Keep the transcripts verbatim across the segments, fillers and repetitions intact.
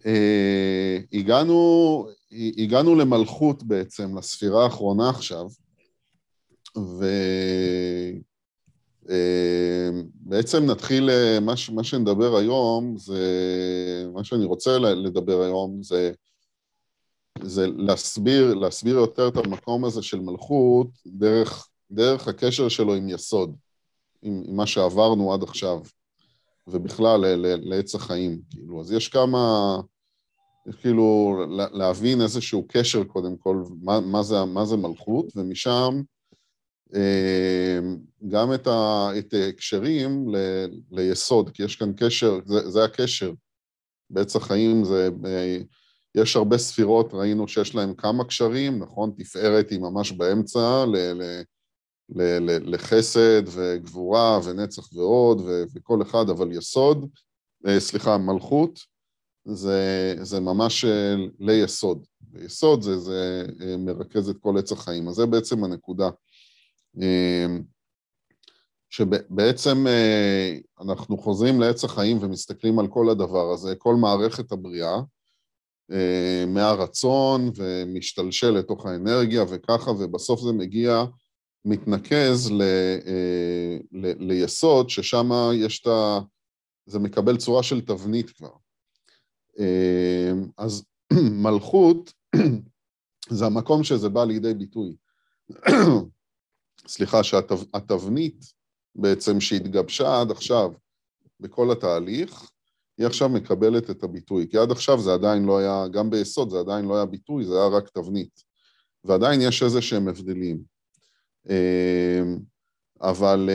אה, הגענו, הגענו למלכות בעצם, לספירה האחרונה עכשיו, ובעצם נתחיל, מה, מה שנדבר היום, זה, מה שאני רוצה לדבר היום, זה, זה להסביר, להסביר יותר את המקום הזה של מלכות, דרך, דרך הקשר שלו עם יסוד, עם, עם מה שעברנו עד עכשיו, ובכלל לעץ החיים, כאילו. אז יש כמה, כאילו, להבין איזשהו קשר קודם כל, מה, מה זה, מה זה מלכות, ומשם גם את ההקשרים ל, ליסוד, כי יש כאן קשר, זה, זה הקשר. בעץ החיים זה, יש הרבה ספירות, ראינו שיש להם כמה קשרים, נכון? תפארת היא ממש באמצע, ל, ל, ל, ל, לחסד וגבורה ונצח ועוד, ו, וכל אחד, אבל יסוד, סליחה, מלכות, זה, זה ממש ליסוד. ויסוד זה, זה מרכז את כל עץ החיים. אז זה בעצם הנקודה. שבעצם אנחנו חוזרים לעץ החיים ומסתכלים על כל הדבר הזה, כל מערכת הבריאה, מהרצון ומשתלשל לתוך האנרגיה וככה, ובסוף זה מגיע, מתנקז ל, ל, ליסוד, ששם יש את ה... זה מקבל צורה של תבנית כבר. אז מלכות זה המקום שזה בא לידי ביטוי. סליחה, שהתבנית בעצם שהתגבשה עד עכשיו בכל התהליך, היא עכשיו מקבלת את הביטוי, כי עד עכשיו זה עדיין לא היה, גם ביסוד זה עדיין לא היה ביטוי, זה היה רק תבנית, ועדיין יש איזה שהם הבדלים. אבל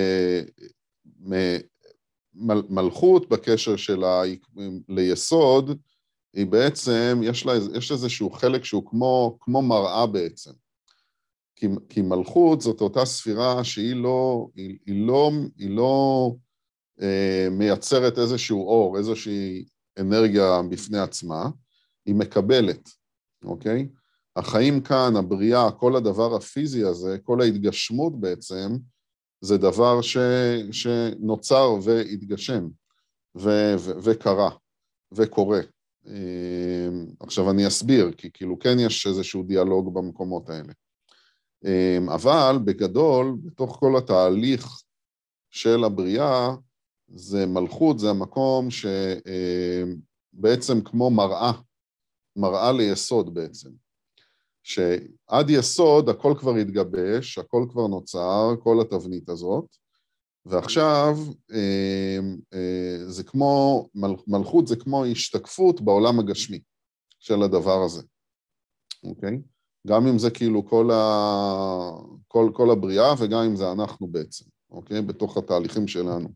מלכות בקשר שלה ליסוד, היא בעצם, יש לה, יש איזשהו חלק שהוא כמו, כמו מראה בעצם. כי, כי מלכות זאת אותה ספירה שהיא לא, היא, היא לא, היא לא אה, מייצרת איזשהו אור, איזושהי אנרגיה בפני עצמה, היא מקבלת, אוקיי? החיים כאן, הבריאה, כל הדבר הפיזי הזה, כל ההתגשמות בעצם, זה דבר ש, שנוצר והתגשם, ו, ו, וקרה, וקורה. עכשיו אני אסביר, כי כאילו כן יש איזשהו דיאלוג במקומות האלה. אבל בגדול, בתוך כל התהליך של הבריאה, זה מלכות, זה המקום שבעצם כמו מראה, מראה ליסוד בעצם. שעד יסוד הכל כבר התגבש, הכל כבר נוצר, כל התבנית הזאת, ועכשיו זה כמו, מלכות זה כמו השתקפות בעולם הגשמי של הדבר הזה, אוקיי? גם אם זה כאילו כל, ה... כל, כל הבריאה, וגם אם זה אנחנו בעצם, אוקיי? בתוך התהליכים שלנו.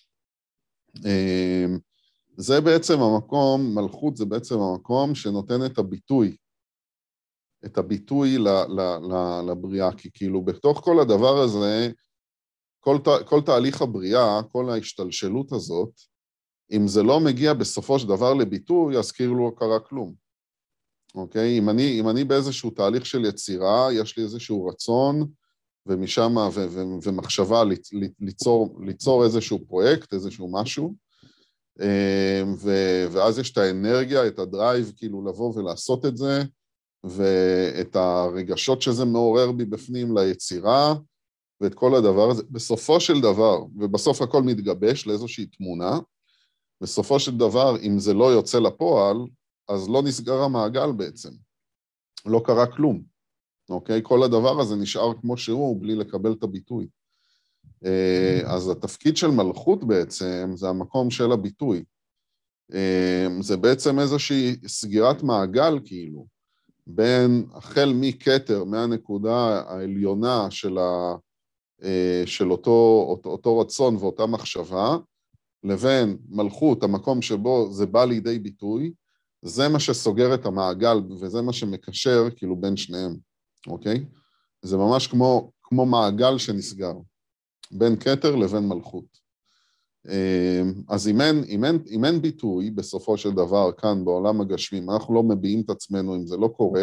זה בעצם המקום, מלכות זה בעצם המקום שנותן את הביטוי, את הביטוי ל, ל, ל, לבריאה, כי כאילו בתוך כל הדבר הזה, כל, כל תהליך הבריאה, כל ההשתלשלות הזאת, אם זה לא מגיע בסופו של דבר לביטוי, אז כאילו לא קרה כלום. אוקיי? אם אני, אם אני באיזשהו תהליך של יצירה, יש לי איזשהו רצון, ומשם, ו, ו, ומחשבה ליצור, ליצור איזשהו פרויקט, איזשהו משהו, ו, ואז יש את האנרגיה, את הדרייב, כאילו לבוא ולעשות את זה, ואת הרגשות שזה מעורר בי בפנים ליצירה, ואת כל הדבר הזה, בסופו של דבר, ובסוף הכל מתגבש לאיזושהי תמונה, בסופו של דבר, אם זה לא יוצא לפועל, אז לא נסגר המעגל בעצם. לא קרה כלום. אוקיי? כל הדבר הזה נשאר כמו שהוא, בלי לקבל את הביטוי. אז התפקיד של מלכות בעצם, זה המקום של הביטוי. זה בעצם איזושהי סגירת מעגל, כאילו, בין החל מכתר, מהנקודה העליונה של, ה, של אותו, אותו, אותו רצון ואותה מחשבה, לבין מלכות, המקום שבו זה בא לידי ביטוי, זה מה שסוגר את המעגל, וזה מה שמקשר כאילו בין שניהם, אוקיי? זה ממש כמו, כמו מעגל שנסגר, בין כתר לבין מלכות. אז אם אין, אם אין, אם אין ביטוי בסופו של דבר כאן בעולם הגשמים, אנחנו לא מביעים את עצמנו אם זה לא קורה,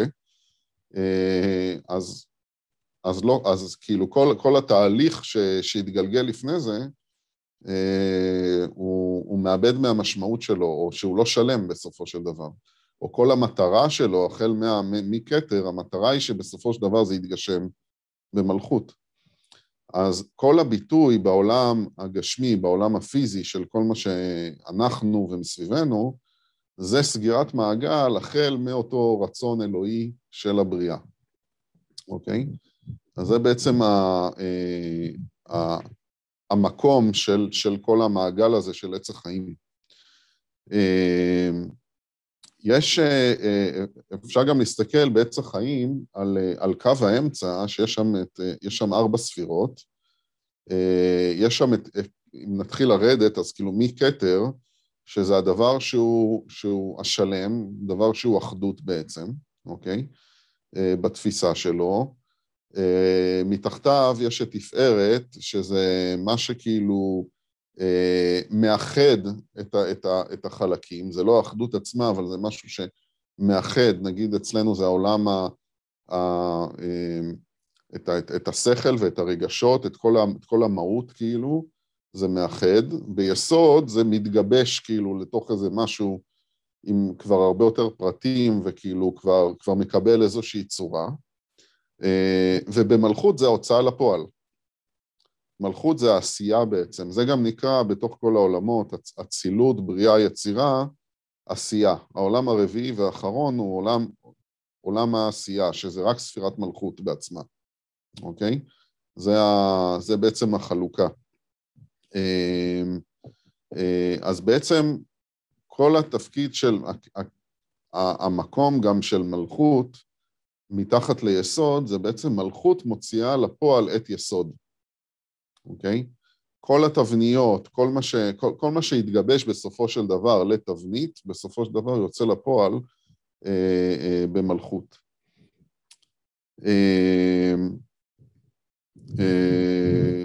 אז, אז, לא, אז כאילו כל, כל התהליך ש, שהתגלגל לפני זה, אה, הוא, הוא מאבד מהמשמעות שלו, או שהוא לא שלם בסופו של דבר. או כל המטרה שלו, החל מה, מכתר, המטרה היא שבסופו של דבר זה יתגשם במלכות. אז כל הביטוי בעולם הגשמי, בעולם הפיזי של כל מה שאנחנו ומסביבנו, זה סגירת מעגל החל מאותו רצון אלוהי של הבריאה. אוקיי? אז זה בעצם ה, ה, המקום של, של כל המעגל הזה של עץ החיים. יש, אפשר גם להסתכל בעץ החיים על, על קו האמצע, שיש שם, את, יש שם ארבע ספירות, יש שם, את, אם נתחיל לרדת, אז כאילו מכתר, שזה הדבר שהוא, שהוא השלם, דבר שהוא אחדות בעצם, אוקיי? בתפיסה שלו. מתחתיו יש את תפארת, שזה מה שכאילו מאחד את, ה, את, ה, את החלקים, זה לא האחדות עצמה, אבל זה משהו שמאחד, נגיד אצלנו זה העולם, ה, ה, את, ה, את, את השכל ואת הרגשות, את כל, ה, את כל המהות כאילו, זה מאחד. ביסוד זה מתגבש כאילו לתוך איזה משהו עם כבר הרבה יותר פרטים, וכאילו כבר, כבר מקבל איזושהי צורה. ובמלכות זה ההוצאה לפועל. מלכות זה העשייה בעצם, זה גם נקרא בתוך כל העולמות, אצילות, בריאה, יצירה, עשייה. העולם הרביעי והאחרון הוא עולם, עולם העשייה, שזה רק ספירת מלכות בעצמה, אוקיי? זה, ה, זה בעצם החלוקה. אז בעצם כל התפקיד של, המקום גם של מלכות, מתחת ליסוד, זה בעצם מלכות מוציאה לפועל את יסוד. אוקיי? כל התבניות, כל מה, ש, כל, כל מה שהתגבש בסופו של דבר לתבנית, בסופו של דבר יוצא לפועל אה, אה, במלכות. אה, אה,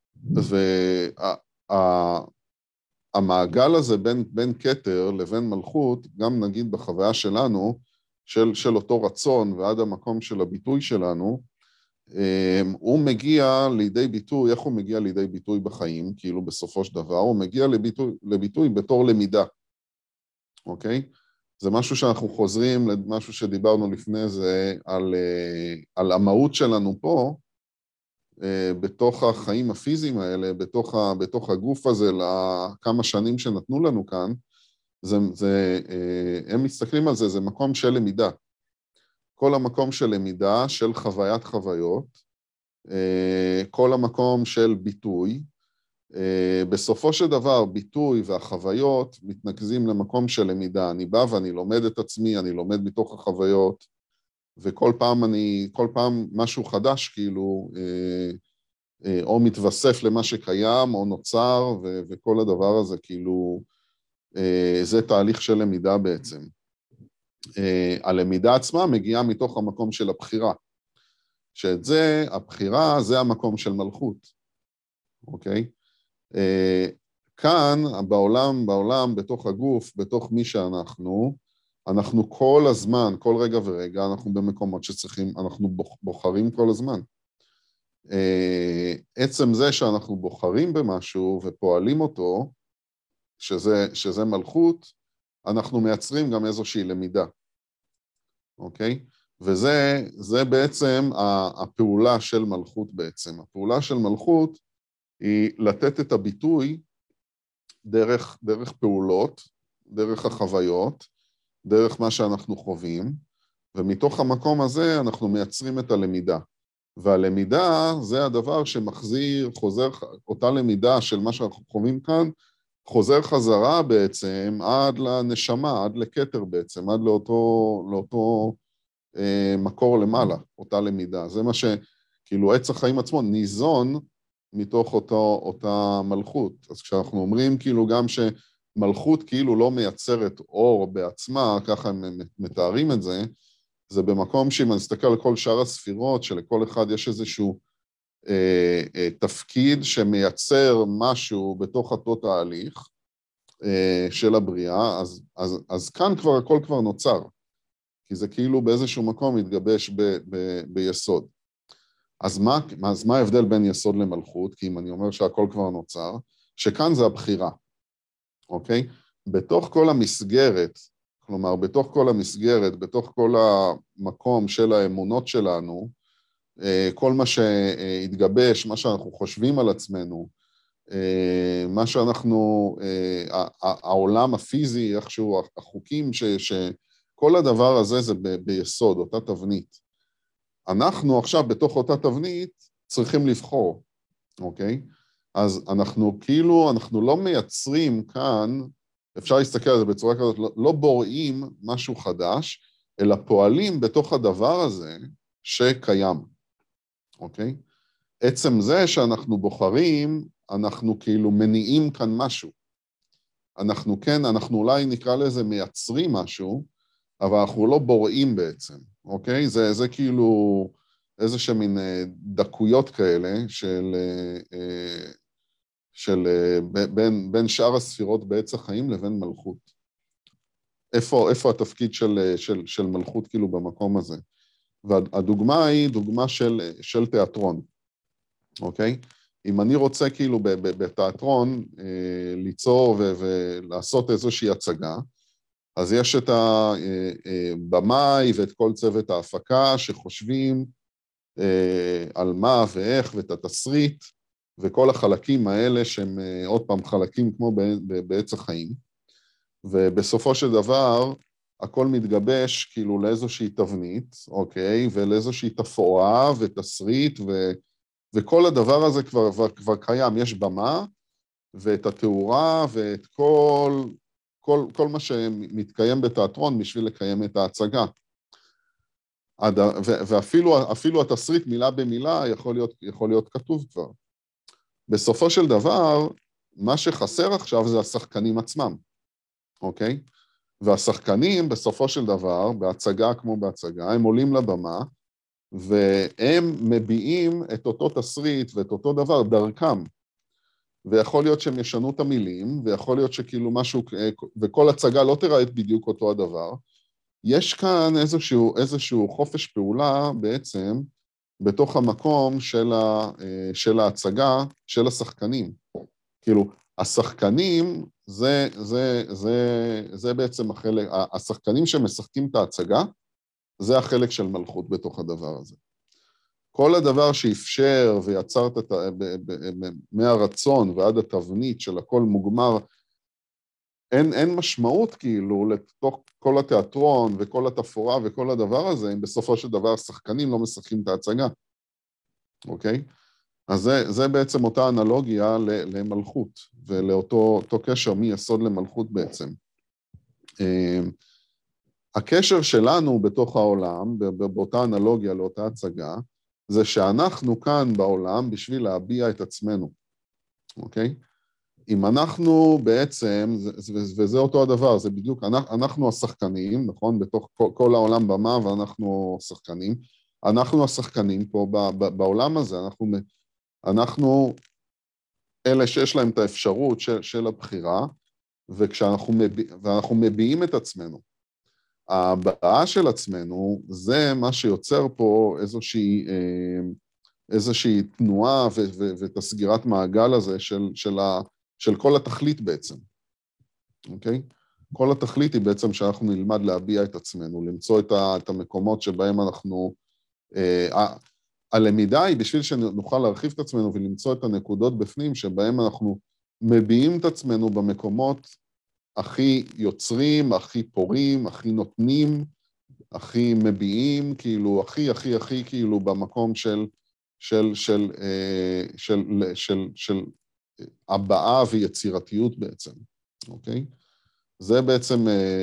והמעגל הזה בין, בין כתר לבין מלכות, גם נגיד בחוויה שלנו, של, של אותו רצון ועד המקום של הביטוי שלנו, הוא מגיע לידי ביטוי, איך הוא מגיע לידי ביטוי בחיים, כאילו בסופו של דבר, הוא מגיע לביטוי, לביטוי בתור למידה, אוקיי? זה משהו שאנחנו חוזרים למשהו שדיברנו לפני זה, על, על המהות שלנו פה, בתוך החיים הפיזיים האלה, בתוך, ה, בתוך הגוף הזה, לכמה שנים שנתנו לנו כאן, זה, זה, הם מסתכלים על זה, זה מקום של למידה. כל המקום של למידה, של חוויית חוויות, כל המקום של ביטוי. בסופו של דבר, ביטוי והחוויות מתנקזים למקום של למידה. אני בא ואני לומד את עצמי, אני לומד מתוך החוויות, וכל פעם אני, כל פעם משהו חדש, כאילו, או מתווסף למה שקיים, או נוצר, ו- וכל הדבר הזה, כאילו, זה תהליך של למידה בעצם. הלמידה עצמה מגיעה מתוך המקום של הבחירה, שאת זה, הבחירה, זה המקום של מלכות, אוקיי? כאן, בעולם, בעולם, בתוך הגוף, בתוך מי שאנחנו, אנחנו כל הזמן, כל רגע ורגע, אנחנו במקומות שצריכים, אנחנו בוחרים כל הזמן. עצם זה שאנחנו בוחרים במשהו ופועלים אותו, שזה, שזה מלכות, אנחנו מייצרים גם איזושהי למידה, אוקיי? וזה זה בעצם הפעולה של מלכות בעצם. הפעולה של מלכות היא לתת את הביטוי דרך, דרך פעולות, דרך החוויות, דרך מה שאנחנו חווים, ומתוך המקום הזה אנחנו מייצרים את הלמידה. והלמידה זה הדבר שמחזיר, חוזר, אותה למידה של מה שאנחנו חווים כאן, חוזר חזרה בעצם עד לנשמה, עד לכתר בעצם, עד לאותו, לאותו אה, מקור למעלה, אותה למידה. זה מה שכאילו עץ החיים עצמו ניזון מתוך אותו, אותה מלכות. אז כשאנחנו אומרים כאילו גם שמלכות כאילו לא מייצרת אור בעצמה, ככה הם מתארים את זה, זה במקום שאם אני אסתכל על כל שאר הספירות, שלכל אחד יש איזשהו אה, אה, תפקיד שמייצר משהו בתוך אותו תהליך אה, של הבריאה, אז, אז, אז כאן כבר הכל כבר נוצר, כי זה כאילו באיזשהו מקום מתגבש ב, ב, ביסוד. אז מה, אז מה ההבדל בין יסוד למלכות? כי אם אני אומר שהכל כבר נוצר, שכאן זה הבחירה, אוקיי? בתוך כל המסגרת, כלומר, בתוך כל המסגרת, בתוך כל המקום של האמונות שלנו, כל מה שהתגבש, מה שאנחנו חושבים על עצמנו, מה שאנחנו, העולם הפיזי, איכשהו, החוקים, שכל הדבר הזה זה ביסוד, אותה תבנית. אנחנו עכשיו בתוך אותה תבנית צריכים לבחור, אוקיי? אז אנחנו כאילו, אנחנו לא מייצרים כאן, אפשר להסתכל על זה בצורה כזאת, לא, לא בוראים משהו חדש, אלא פועלים בתוך הדבר הזה שקיים, אוקיי? עצם זה שאנחנו בוחרים, אנחנו כאילו מניעים כאן משהו. אנחנו כן, אנחנו אולי נקרא לזה מייצרים משהו, אבל אנחנו לא בוראים בעצם, אוקיי? זה, זה כאילו איזה שמין דקויות כאלה של, של בין, בין שאר הספירות בעץ החיים לבין מלכות. איפה, איפה התפקיד של, של, של מלכות כאילו במקום הזה? והדוגמה היא דוגמה של, של תיאטרון, אוקיי? אם אני רוצה כאילו בתיאטרון ליצור ולעשות איזושהי הצגה, אז יש את הבמאי ואת כל צוות ההפקה שחושבים על מה ואיך ואת התסריט, וכל החלקים האלה שהם עוד פעם חלקים כמו בעץ החיים, ובסופו של דבר הכל מתגבש כאילו לאיזושהי תבנית, אוקיי? ולאיזושהי תפאורה ותסריט, ו, וכל הדבר הזה כבר, כבר, כבר קיים, יש במה, ואת התאורה ואת כל, כל, כל מה שמתקיים בתיאטרון בשביל לקיים את ההצגה. ואפילו אפילו התסריט מילה במילה יכול להיות, יכול להיות כתוב כבר. בסופו של דבר, מה שחסר עכשיו זה השחקנים עצמם, אוקיי? והשחקנים בסופו של דבר, בהצגה כמו בהצגה, הם עולים לבמה, והם מביעים את אותו תסריט ואת אותו דבר דרכם. ויכול להיות שהם ישנו את המילים, ויכול להיות שכאילו משהו, וכל הצגה לא תראה בדיוק אותו הדבר. יש כאן איזשהו, איזשהו חופש פעולה בעצם, בתוך המקום של, ה, של ההצגה, של השחקנים. כאילו, השחקנים, זה, זה, זה, זה בעצם החלק, השחקנים שמשחקים את ההצגה, זה החלק של מלכות בתוך הדבר הזה. כל הדבר שאפשר ויצר את, מהרצון ועד התבנית של הכל מוגמר, אין, אין משמעות כאילו לתוך כל התיאטרון וכל התפאורה וכל הדבר הזה, אם בסופו של דבר השחקנים לא משחקים את ההצגה, אוקיי? אז זה, זה בעצם אותה אנלוגיה למלכות, ולאותו קשר מיסוד למלכות בעצם. הקשר שלנו בתוך העולם, באותה אנלוגיה לאותה הצגה, זה שאנחנו כאן בעולם בשביל להביע את עצמנו, אוקיי? אם אנחנו בעצם, וזה אותו הדבר, זה בדיוק, אנחנו השחקנים, נכון? בתוך כל העולם במה ואנחנו שחקנים, אנחנו השחקנים פה בעולם הזה, אנחנו, אנחנו אלה שיש להם את האפשרות של, של הבחירה, וכשאנחנו מביע, ואנחנו מביעים את עצמנו. ההבעה של עצמנו, זה מה שיוצר פה איזושהי, איזושהי תנועה ו, ו, ואת הסגירת מעגל הזה של, של, ה, של כל התכלית בעצם, אוקיי? כל התכלית היא בעצם שאנחנו נלמד להביע את עצמנו, למצוא את, ה, את המקומות שבהם אנחנו, אה, הלמידה היא בשביל שנוכל להרחיב את עצמנו ולמצוא את הנקודות בפנים שבהם אנחנו מביעים את עצמנו במקומות הכי יוצרים, הכי פורים, הכי נותנים, הכי מביעים, כאילו, הכי, הכי, הכי, כאילו, במקום של, של, של, של, של, של, של הבעה ויצירתיות בעצם, אוקיי? זה בעצם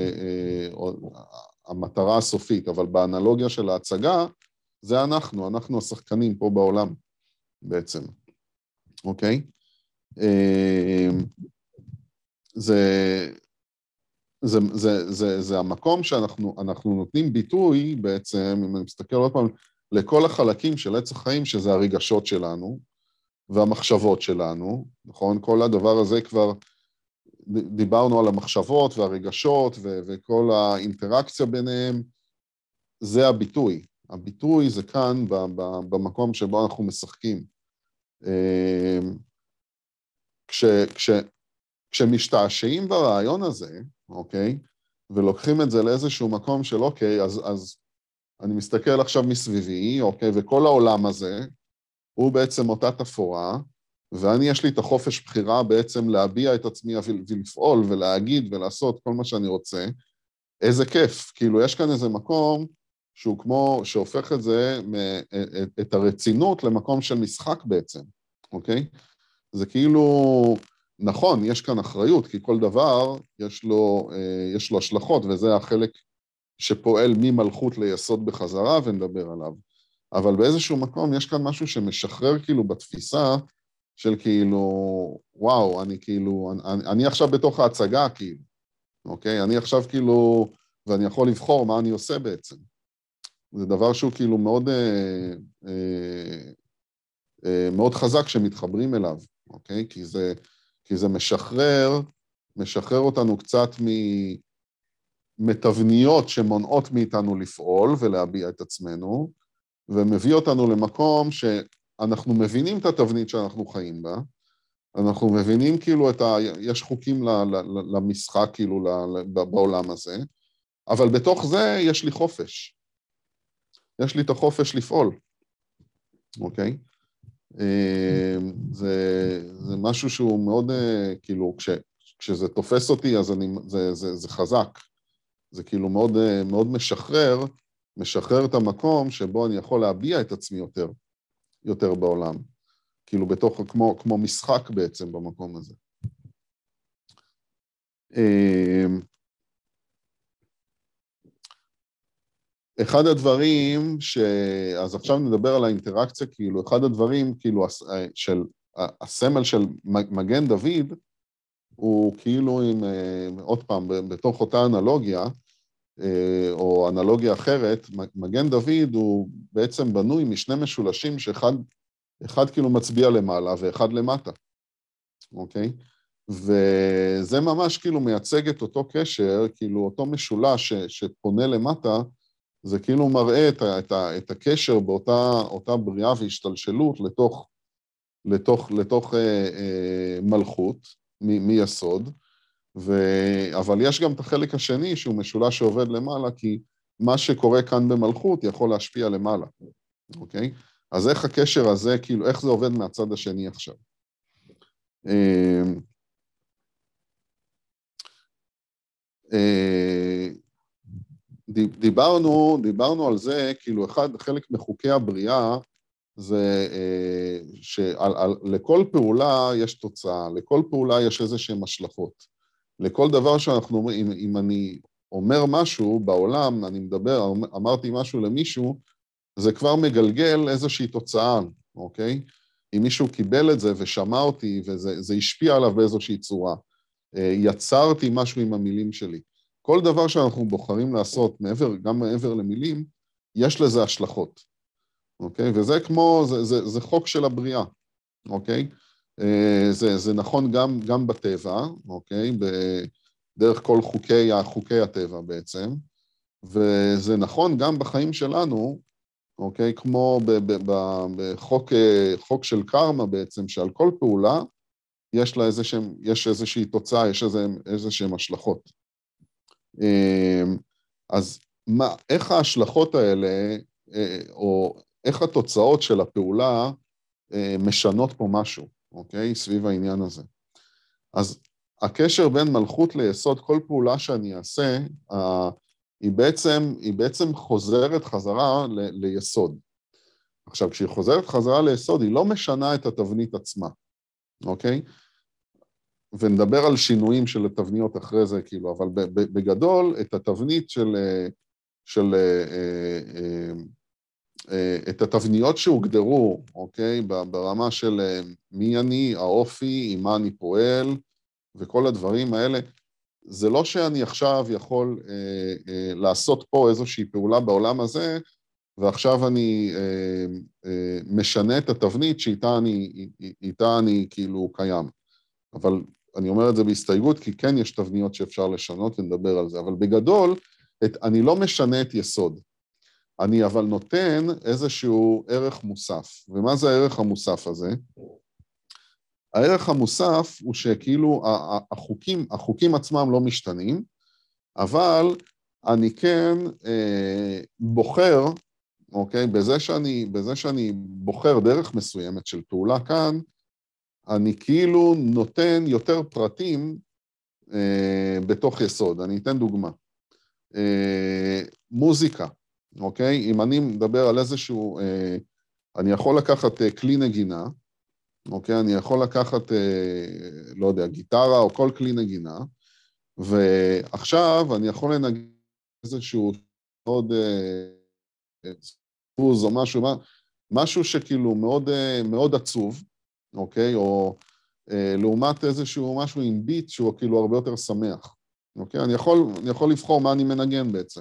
המטרה הסופית, אבל באנלוגיה של ההצגה, זה אנחנו, אנחנו השחקנים פה בעולם, בעצם, אוקיי? זה, זה, זה, זה, זה המקום שאנחנו, אנחנו נותנים ביטוי בעצם, אם אני מסתכל עוד פעם, לכל החלקים של עץ החיים, שזה הרגשות שלנו, והמחשבות שלנו, נכון? כל הדבר הזה כבר, דיברנו על המחשבות והרגשות, ו- וכל האינטראקציה ביניהם, זה הביטוי. הביטוי זה כאן, ב- ב- במקום שבו אנחנו משחקים. כש, כש, כשמשתעשעים ברעיון הזה, אוקיי, ולוקחים את זה לאיזשהו מקום של אוקיי, אז, אז אני מסתכל עכשיו מסביבי, אוקיי, וכל העולם הזה הוא בעצם אותה תפאורה, ואני יש לי את החופש בחירה בעצם להביע את עצמי ולפעול ולהגיד ולעשות כל מה שאני רוצה, איזה כיף, כאילו יש כאן איזה מקום שהוא כמו, שהופך את זה, את הרצינות למקום של משחק בעצם, אוקיי? זה כאילו, נכון, יש כאן אחריות, כי כל דבר יש לו, יש לו השלכות, וזה החלק שפועל ממלכות ליסוד בחזרה, ונדבר עליו. אבל באיזשהו מקום יש כאן משהו שמשחרר כאילו בתפיסה של כאילו, וואו, אני כאילו, אני, אני עכשיו בתוך ההצגה כאילו, אוקיי? אני עכשיו כאילו, ואני יכול לבחור מה אני עושה בעצם. זה דבר שהוא כאילו מאוד, אה, אה, אה, מאוד חזק שמתחברים אליו, אוקיי? כי זה, כי זה משחרר, משחרר אותנו קצת מתבניות שמונעות מאיתנו לפעול ולהביע את עצמנו, ומביא אותנו למקום שאנחנו מבינים את התבנית שאנחנו חיים בה, אנחנו מבינים כאילו את ה... יש חוקים ל, ל, למשחק כאילו ל, בעולם הזה, אבל בתוך זה יש לי חופש. יש לי את החופש לפעול, אוקיי? זה, זה משהו שהוא מאוד, כאילו, כש, כשזה תופס אותי, אז אני, זה, זה, זה חזק. זה כאילו מאוד, מאוד משחרר, משחרר את המקום שבו אני יכול להביע את עצמי יותר, יותר בעולם. כאילו בתוך, כמו, כמו משחק בעצם במקום הזה. אחד הדברים ש... אז עכשיו נדבר על האינטראקציה, כאילו, אחד הדברים, כאילו, של, הסמל של מגן דוד, הוא כאילו עם, עוד פעם, בתוך אותה אנלוגיה, או אנלוגיה אחרת, מגן דוד הוא בעצם בנוי משני משולשים שאחד אחד כאילו מצביע למעלה ואחד למטה, אוקיי? וזה ממש כאילו מייצג את אותו קשר, כאילו אותו משולש ש, שפונה למטה, זה כאילו מראה את, ה, את, ה, את הקשר באותה אותה בריאה והשתלשלות לתוך, לתוך, לתוך אה, אה, מלכות מ, מיסוד, ו... אבל יש גם את החלק השני שהוא משולש שעובד למעלה, כי מה שקורה כאן במלכות יכול להשפיע למעלה, אוקיי? אז איך הקשר הזה, כאילו, איך זה עובד מהצד השני עכשיו? דיברנו, דיברנו על זה, כאילו, אחד, חלק מחוקי הבריאה, זה שלכל פעולה יש תוצאה, לכל פעולה יש איזשהם השלכות. לכל דבר שאנחנו אומרים, אם, אם אני אומר משהו בעולם, אני מדבר, אמרתי משהו למישהו, זה כבר מגלגל איזושהי תוצאה, אוקיי? אם מישהו קיבל את זה ושמע אותי, וזה השפיע עליו באיזושהי צורה, יצרתי משהו עם המילים שלי. כל דבר שאנחנו בוחרים לעשות, מעבר, גם מעבר למילים, יש לזה השלכות, אוקיי? וזה כמו, זה, זה, זה חוק של הבריאה, אוקיי? זה, זה נכון גם, גם בטבע, אוקיי? דרך כל חוקי, חוקי הטבע בעצם, וזה נכון גם בחיים שלנו, אוקיי? כמו בחוק, חוק של קרמה בעצם, שעל כל פעולה יש לה איזשהם, יש איזושהי תוצאה, יש איזשהם השלכות. אז מה, איך ההשלכות האלה, או איך התוצאות של הפעולה משנות פה משהו, אוקיי? סביב העניין הזה. אז הקשר בין מלכות ליסוד, כל פעולה שאני אעשה, היא בעצם, היא בעצם חוזרת חזרה ל, ליסוד. עכשיו, כשהיא חוזרת חזרה ליסוד, היא לא משנה את התבנית עצמה, אוקיי? ונדבר על שינויים של התבניות אחרי זה, כאילו, אבל בגדול, את התבנית של, של, את התבניות שהוגדרו, אוקיי? ברמה של מי אני, האופי, עם מה אני פועל, וכל הדברים האלה, זה לא שאני עכשיו יכול אה, אה, לעשות פה איזושהי פעולה בעולם הזה, ועכשיו אני אה, אה, משנה את התבנית שאיתה אני, איתה אני כאילו קיים. אבל אני אומר את זה בהסתייגות, כי כן יש תבניות שאפשר לשנות ונדבר על זה, אבל בגדול, את, אני לא משנה את יסוד. אני אבל נותן איזשהו ערך מוסף. ומה זה הערך המוסף הזה? הערך המוסף הוא שכאילו החוקים, החוקים עצמם לא משתנים, אבל אני כן אה, בוחר, אוקיי, בזה שאני, בזה שאני בוחר דרך מסוימת של פעולה כאן, אני כאילו נותן יותר פרטים אה, בתוך יסוד. אני אתן דוגמה. אה, מוזיקה, אוקיי? אם אני מדבר על איזשהו, אה, אני יכול לקחת אה, כלי נגינה, אוקיי? אני יכול לקחת, אה, לא יודע, גיטרה או כל כלי נגינה, ועכשיו אני יכול לנגן איזשהו עוד ספוז או משהו, משהו שכאילו מאוד, מאוד עצוב, אוקיי? או אה, לעומת איזשהו משהו עם ביט שהוא כאילו הרבה יותר שמח, אוקיי? אני יכול, אני יכול לבחור מה אני מנגן בעצם.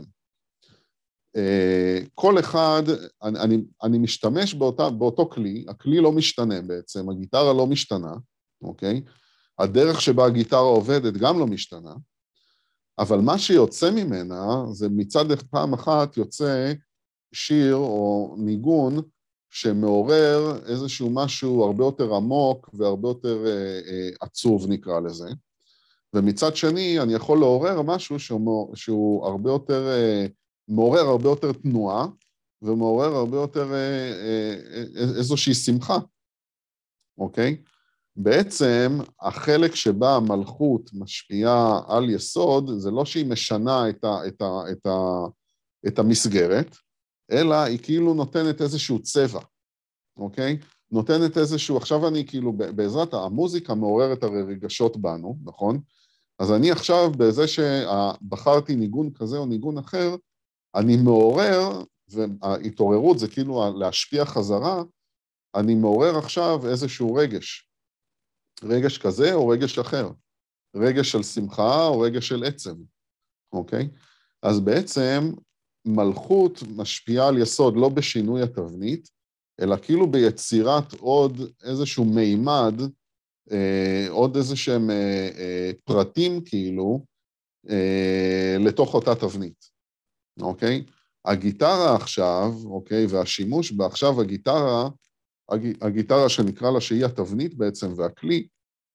אה, כל אחד, אני, אני, אני משתמש באותה, באותו כלי, הכלי לא משתנה בעצם, הגיטרה לא משתנה, אוקיי? הדרך שבה הגיטרה עובדת גם לא משתנה, אבל מה שיוצא ממנה זה מצד פעם אחת יוצא שיר או ניגון שמעורר איזשהו משהו הרבה יותר עמוק והרבה יותר אה, אה, עצוב נקרא לזה, ומצד שני אני יכול לעורר משהו שהוא, שהוא הרבה יותר, אה, מעורר הרבה יותר תנועה ומעורר הרבה יותר אה, אה, איזושהי שמחה, אוקיי? בעצם החלק שבה המלכות משפיעה על יסוד, זה לא שהיא משנה את, ה, את, ה, את, ה, את המסגרת, אלא היא כאילו נותנת איזשהו צבע, אוקיי? נותנת איזשהו, עכשיו אני כאילו, בעזרת המוזיקה מעוררת הרי רגשות בנו, נכון? אז אני עכשיו, בזה שבחרתי ניגון כזה או ניגון אחר, אני מעורר, וההתעוררות זה כאילו להשפיע חזרה, אני מעורר עכשיו איזשהו רגש. רגש כזה או רגש אחר. רגש של שמחה או רגש של עצם, אוקיי? אז בעצם מלכות משפיעה על יסוד לא בשינוי התבנית, אלא כאילו ביצירת עוד איזשהו מימד, אה, עוד איזשהם אה, אה, פרטים כאילו, אה, לתוך אותה תבנית, אוקיי? הגיטרה עכשיו, אוקיי, והשימוש בה עכשיו הגיטרה, הג, הגיטרה שנקרא לה שהיא התבנית בעצם והכלי,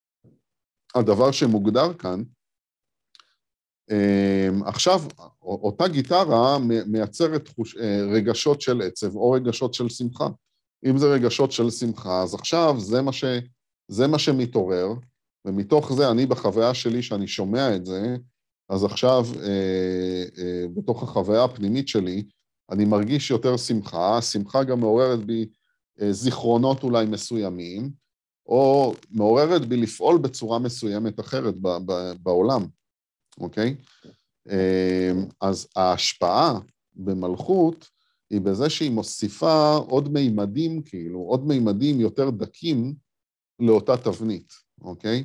הדבר שמוגדר כאן, עכשיו, אותה גיטרה מייצרת רגשות של עצב או רגשות של שמחה. אם זה רגשות של שמחה, אז עכשיו זה מה, ש, זה מה שמתעורר, ומתוך זה אני בחוויה שלי שאני שומע את זה, אז עכשיו בתוך החוויה הפנימית שלי, אני מרגיש יותר שמחה, השמחה גם מעוררת בי זיכרונות אולי מסוימים, או מעוררת בי לפעול בצורה מסוימת אחרת בעולם. אוקיי? אז ההשפעה במלכות היא בזה שהיא מוסיפה עוד מימדים, כאילו, עוד מימדים יותר דקים לאותה תבנית, אוקיי?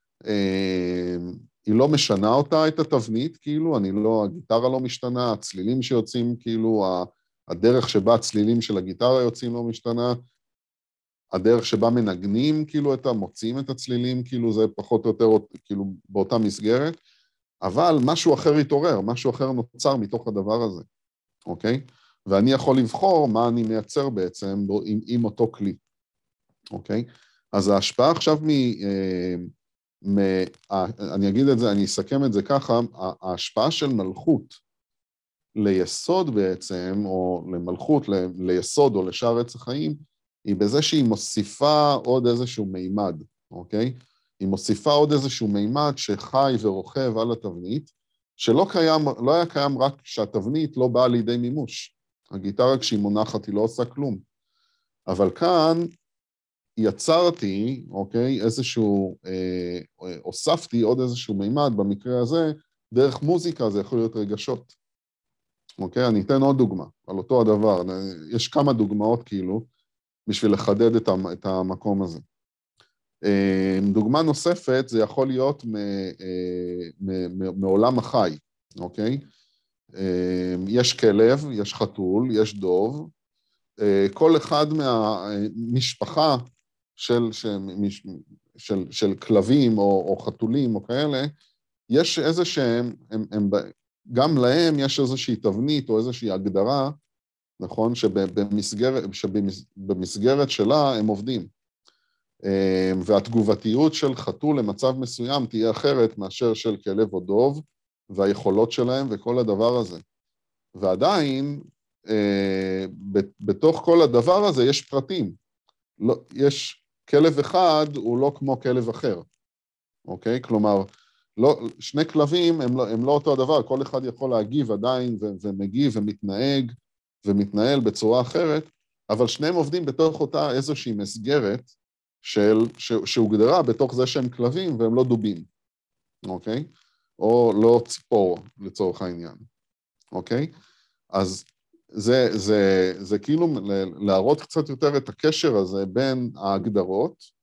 היא לא משנה אותה, את התבנית, כאילו, אני לא, הגיטרה לא משתנה, הצלילים שיוצאים, כאילו, הדרך שבה הצלילים של הגיטרה יוצאים לא משתנה, הדרך שבה מנגנים, כאילו, את המוצאים את הצלילים, כאילו, זה פחות או יותר, כאילו, באותה מסגרת, אבל משהו אחר יתעורר, משהו אחר נוצר מתוך הדבר הזה, אוקיי? ואני יכול לבחור מה אני מייצר בעצם עם, עם אותו כלי, אוקיי? אז ההשפעה עכשיו מ... מ אני אגיד את זה, אני אסכם את זה ככה, ההשפעה של מלכות ליסוד בעצם, או למלכות, ל, ליסוד או לשאר עץ החיים, היא בזה שהיא מוסיפה עוד איזשהו מימד, אוקיי? היא מוסיפה עוד איזשהו מימד שחי ורוכב על התבנית, שלא קיים, לא היה קיים רק כשהתבנית לא באה לידי מימוש. הגיטרה כשהיא מונחת היא לא עושה כלום. אבל כאן יצרתי, אוקיי, איזשהו, אה, הוספתי עוד איזשהו מימד, במקרה הזה, דרך מוזיקה זה יכול להיות רגשות. אוקיי, אני אתן עוד דוגמה על אותו הדבר. יש כמה דוגמאות כאילו, בשביל לחדד את המקום הזה. דוגמה נוספת, זה יכול להיות מעולם החי, אוקיי? יש כלב, יש חתול, יש דוב, כל אחד מהמשפחה של, של, של כלבים או, או חתולים או כאלה, יש איזה שהם, הם, הם, גם להם יש איזושהי תבנית או איזושהי הגדרה, נכון? שבמסגרת, שבמסגרת שלה הם עובדים. והתגובתיות של חתול למצב מסוים תהיה אחרת מאשר של כלב או דוב, והיכולות שלהם וכל הדבר הזה. ועדיין, בתוך כל הדבר הזה יש פרטים. יש כלב אחד, הוא לא כמו כלב אחר. אוקיי? כלומר, לא, שני כלבים הם לא, הם לא אותו הדבר, כל אחד יכול להגיב עדיין ו- ומגיב ומתנהג ומתנהל בצורה אחרת, אבל שניהם עובדים בתוך אותה איזושהי מסגרת של, ש- שהוגדרה בתוך זה שהם כלבים והם לא דובים, אוקיי? או לא ציפור לצורך העניין, אוקיי? אז זה, זה, זה כאילו להראות קצת יותר את הקשר הזה בין ההגדרות,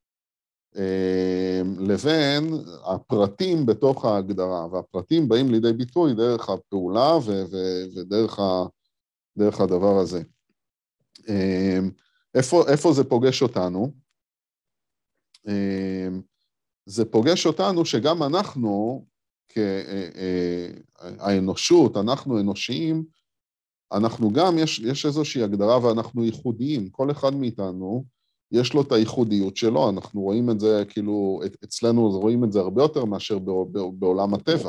לבין הפרטים בתוך ההגדרה, והפרטים באים לידי ביטוי דרך הפעולה ו- ו- ודרך ה- דרך הדבר הזה. איפה, איפה זה פוגש אותנו? זה פוגש אותנו שגם אנחנו, האנושות, אנחנו אנושיים, אנחנו גם, יש, יש איזושהי הגדרה ואנחנו ייחודיים, כל אחד מאיתנו, יש לו את הייחודיות שלו, אנחנו רואים את זה, כאילו, אצלנו רואים את זה הרבה יותר מאשר בעולם הטבע.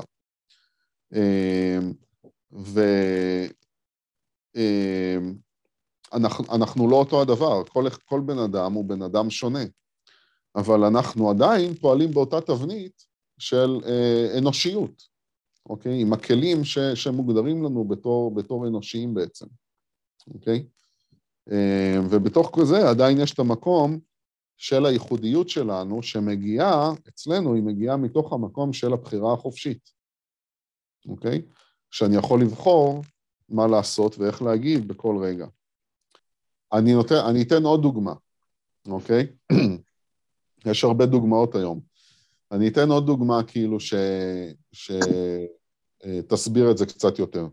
ואנחנו לא אותו הדבר, כל, כל בן אדם הוא בן אדם שונה, אבל אנחנו עדיין פועלים באותה תבנית של אנושיות, אוקיי? עם הכלים ש, שמוגדרים לנו בתור, בתור אנושיים בעצם, אוקיי? ובתוך כל זה עדיין יש את המקום של הייחודיות שלנו, שמגיעה, אצלנו היא מגיעה מתוך המקום של הבחירה החופשית, אוקיי? שאני יכול לבחור מה לעשות ואיך להגיב בכל רגע. אני, נותן, אני אתן עוד דוגמה, אוקיי? יש הרבה דוגמאות היום. אני אתן עוד דוגמה כאילו ש, ש, תסביר את זה קצת יותר.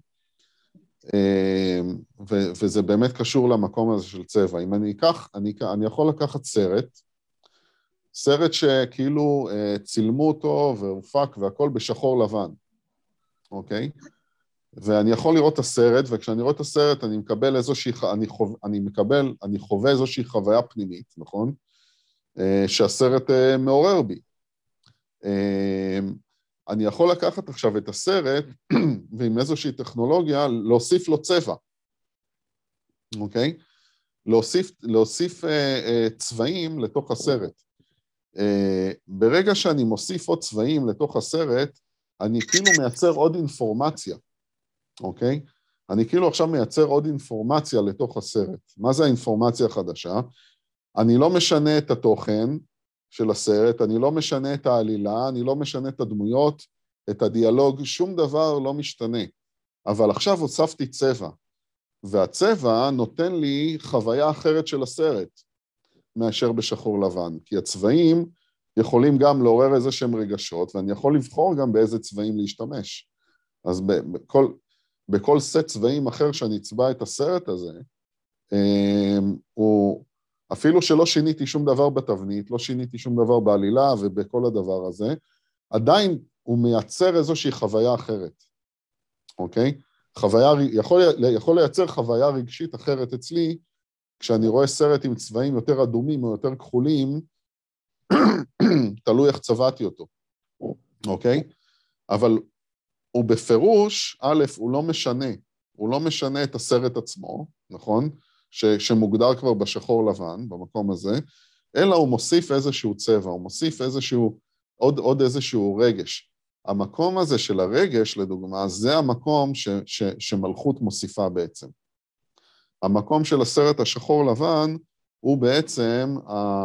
ו- וזה באמת קשור למקום הזה של צבע. אם אני אקח, אני, אני יכול לקחת סרט, סרט שכאילו צילמו אותו והופק והכל בשחור לבן, אוקיי? ואני יכול לראות את הסרט, וכשאני רואה את הסרט אני מקבל איזושהי, אני, חו, אני מקבל, אני חווה איזושהי חוויה פנימית, נכון? שהסרט מעורר בי. אני יכול לקחת עכשיו את הסרט, ועם איזושהי טכנולוגיה, להוסיף לו צבע, אוקיי? להוסיף, להוסיף אה, אה, צבעים לתוך הסרט. אה, ברגע שאני מוסיף עוד צבעים לתוך הסרט, אני כאילו מייצר עוד אינפורמציה, אוקיי? אני כאילו עכשיו מייצר עוד אינפורמציה לתוך הסרט. מה זה האינפורמציה החדשה? אני לא משנה את התוכן של הסרט, אני לא משנה את העלילה, אני לא משנה את הדמויות, את הדיאלוג, שום דבר לא משתנה. אבל עכשיו הוספתי צבע, והצבע נותן לי חוויה אחרת של הסרט, מאשר בשחור לבן, כי הצבעים יכולים גם לעורר איזה שהם רגשות, ואני יכול לבחור גם באיזה צבעים להשתמש. אז בכל, בכל סט צבעים אחר שאני אצבע את הסרט הזה, הוא, אפילו שלא שיניתי שום דבר בתבנית, לא שיניתי שום דבר בעלילה ובכל הדבר הזה, עדיין הוא מייצר איזושהי חוויה אחרת, אוקיי? חוויה, יכול, יכול לייצר חוויה רגשית אחרת אצלי, כשאני רואה סרט עם צבעים יותר אדומים או יותר כחולים, תלוי איך צבעתי אותו, אוקיי? אבל הוא בפירוש, א', הוא לא משנה, הוא לא משנה את הסרט עצמו, נכון? ש, שמוגדר כבר בשחור לבן, במקום הזה, אלא הוא מוסיף איזשהו צבע, הוא מוסיף איזשהו, עוד, עוד איזשהו רגש. המקום הזה של הרגש, לדוגמה, זה המקום ש, ש, שמלכות מוסיפה בעצם. המקום של הסרט השחור לבן הוא בעצם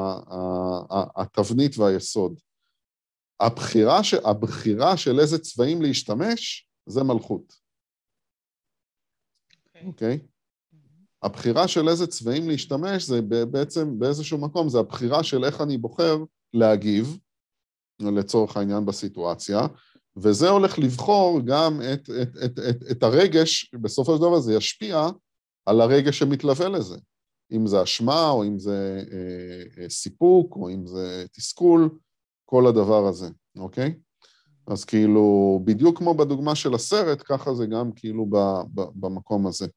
התבנית והיסוד. הבחירה, ש, הבחירה של איזה צבעים להשתמש, זה מלכות. אוקיי? Okay. Okay? הבחירה של איזה צבעים להשתמש, זה בעצם באיזשהו מקום, זה הבחירה של איך אני בוחר להגיב, לצורך העניין בסיטואציה, וזה הולך לבחור גם את, את, את, את, את הרגש, בסופו של דבר זה ישפיע על הרגש שמתלווה לזה. אם זה אשמה, או אם זה אה, אה, סיפוק, או אם זה תסכול, כל הדבר הזה, אוקיי? אז כאילו, בדיוק כמו בדוגמה של הסרט, ככה זה גם כאילו ב, ב, במקום הזה.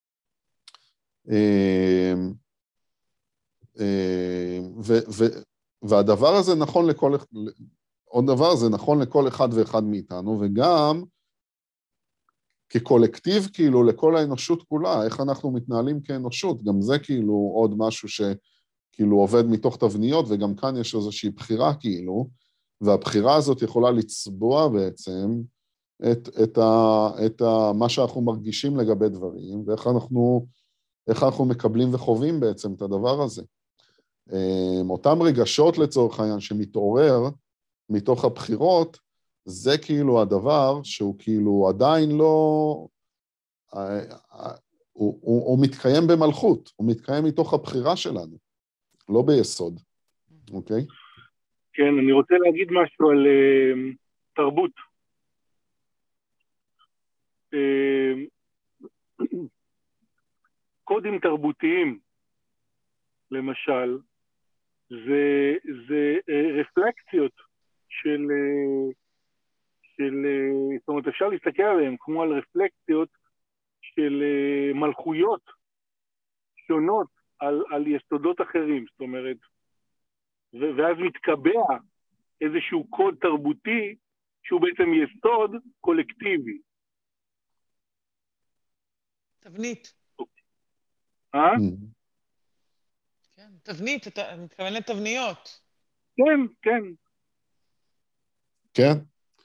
אה, אה, ו, ו, והדבר הזה נכון לכל, עוד דבר, זה נכון לכל אחד ואחד מאיתנו, וגם כקולקטיב, כאילו, לכל האנושות כולה, איך אנחנו מתנהלים כאנושות, גם זה כאילו עוד משהו שכאילו עובד מתוך תבניות, וגם כאן יש איזושהי בחירה כאילו, והבחירה הזאת יכולה לצבוע בעצם את, את, ה, את ה, מה שאנחנו מרגישים לגבי דברים, ואיך אנחנו, איך אנחנו מקבלים וחווים בעצם את הדבר הזה. אותם רגשות לצורך העניין שמתעורר מתוך הבחירות, זה כאילו הדבר שהוא כאילו עדיין לא, הוא, הוא, הוא מתקיים במלכות, הוא מתקיים מתוך הבחירה שלנו, לא ביסוד, אוקיי? כן, אני רוצה להגיד משהו על uh, תרבות. Uh, קודים תרבותיים, למשל, זה, זה uh, רפלקציות של, uh, של uh, זאת אומרת, אפשר להסתכל עליהם כמו על רפלקציות של uh, מלכויות שונות על, על יסודות אחרים, זאת אומרת, ו- ואז מתקבע איזשהו קוד תרבותי שהוא בעצם יסוד קולקטיבי. תבנית. אה? כן, תבנית, אתה מתכוון לתבניות. כן, כן. כן.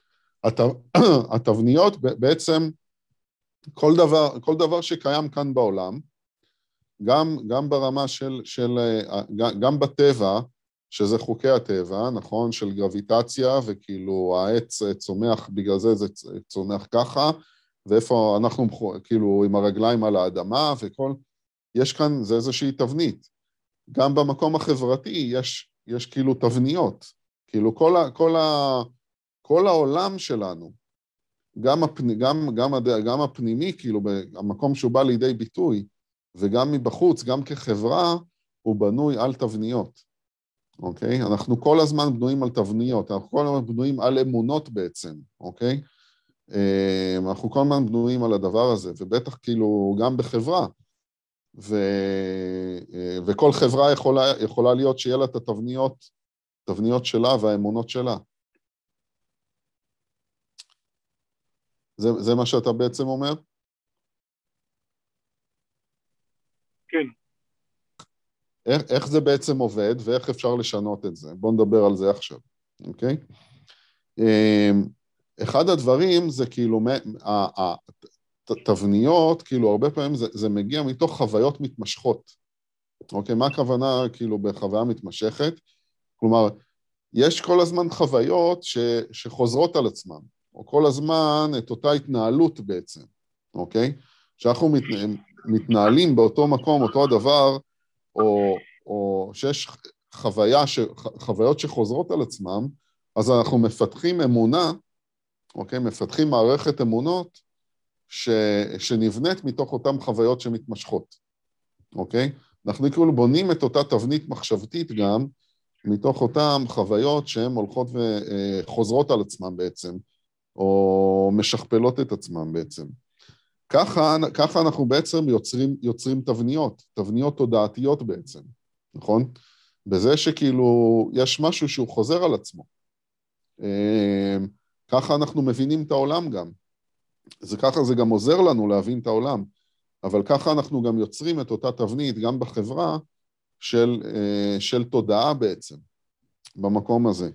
התבניות בעצם, כל דבר, כל דבר שקיים כאן בעולם, גם, גם ברמה של, של, גם בטבע, שזה חוקי הטבע, נכון? של גרביטציה, וכאילו העץ צומח, בגלל זה זה צומח ככה, ואיפה אנחנו כאילו עם הרגליים על האדמה, וכל, יש כאן, זה איזושהי תבנית. גם במקום החברתי יש, יש כאילו תבניות, כאילו כל, ה, כל, ה, כל העולם שלנו, גם, הפני, גם, גם, גם הפנימי, כאילו במקום שהוא בא לידי ביטוי, וגם מבחוץ, גם כחברה, הוא בנוי על תבניות, אוקיי? אנחנו כל הזמן בנויים על תבניות, אנחנו כל הזמן בנויים על אמונות בעצם, אוקיי? אנחנו כל הזמן בנויים על הדבר הזה, ובטח כאילו גם בחברה, ו... וכל חברה יכולה, יכולה להיות שיהיה לה את התבניות, תבניות שלה והאמונות שלה. זה, זה מה שאתה בעצם אומר? כן. איך, איך זה בעצם עובד, ואיך אפשר לשנות את זה? בואו נדבר על זה עכשיו, אוקיי? אחד הדברים זה כאילו, התבניות, כאילו הרבה פעמים זה, זה מגיע מתוך חוויות מתמשכות. אוקיי, מה הכוונה כאילו בחוויה מתמשכת? כלומר, יש כל הזמן חוויות ש, שחוזרות על עצמן, או כל הזמן את אותה התנהלות בעצם, אוקיי? שאנחנו מת, מתנהלים באותו מקום, אותו הדבר, או, או שיש חוויה, ש, חוויות שחוזרות על עצמם, אז אנחנו מפתחים אמונה, אוקיי? מפתחים מערכת אמונות ש, שנבנית מתוך אותן חוויות שמתמשכות, אוקיי? אנחנו כאילו בונים את אותה תבנית מחשבתית גם, מתוך אותן חוויות שהן הולכות וחוזרות על עצמן בעצם, או משכפלות את עצמן בעצם. ככה, ככה אנחנו בעצם יוצרים, יוצרים תבניות, תבניות תודעתיות בעצם, נכון? בזה שכאילו יש משהו שהוא חוזר על עצמו. ככה אנחנו מבינים את העולם גם. זה ככה זה גם עוזר לנו להבין את העולם, אבל ככה אנחנו גם יוצרים את אותה תבנית גם בחברה של, של תודעה בעצם, במקום הזה.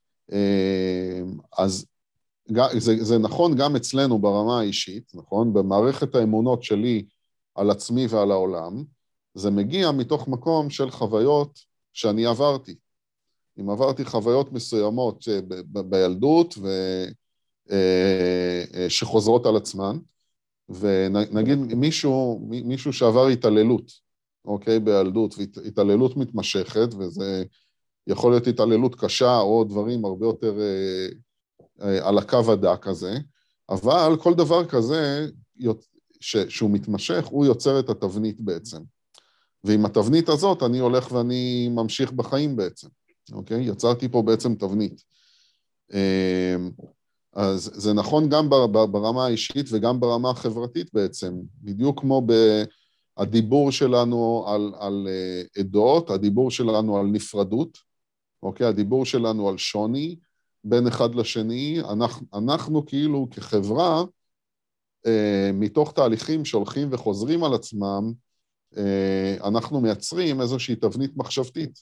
אז זה, זה נכון גם אצלנו ברמה האישית, נכון? במערכת האמונות שלי על עצמי ועל העולם, זה מגיע מתוך מקום של חוויות שאני עברתי. אם עברתי חוויות מסוימות ב- ב- בילדות ו... שחוזרות על עצמן, ונגיד מישהו, מישהו שעבר התעללות, אוקיי, בילדות, והתעללות מתמשכת, וזה יכול להיות התעללות קשה, או דברים הרבה יותר על הקו הדק הזה, אבל כל דבר כזה, שהוא מתמשך, הוא יוצר את התבנית בעצם. ועם התבנית הזאת אני הולך ואני ממשיך בחיים בעצם, אוקיי? יצרתי פה בעצם תבנית. אז זה נכון גם ברמה האישית וגם ברמה החברתית בעצם, בדיוק כמו בדיבור שלנו על, על עדות, הדיבור שלנו על נפרדות, אוקיי? הדיבור שלנו על שוני, בין אחד לשני, אנחנו, אנחנו כאילו כחברה, אה, מתוך תהליכים שהולכים וחוזרים על עצמם, אה, אנחנו מייצרים איזושהי תבנית מחשבתית.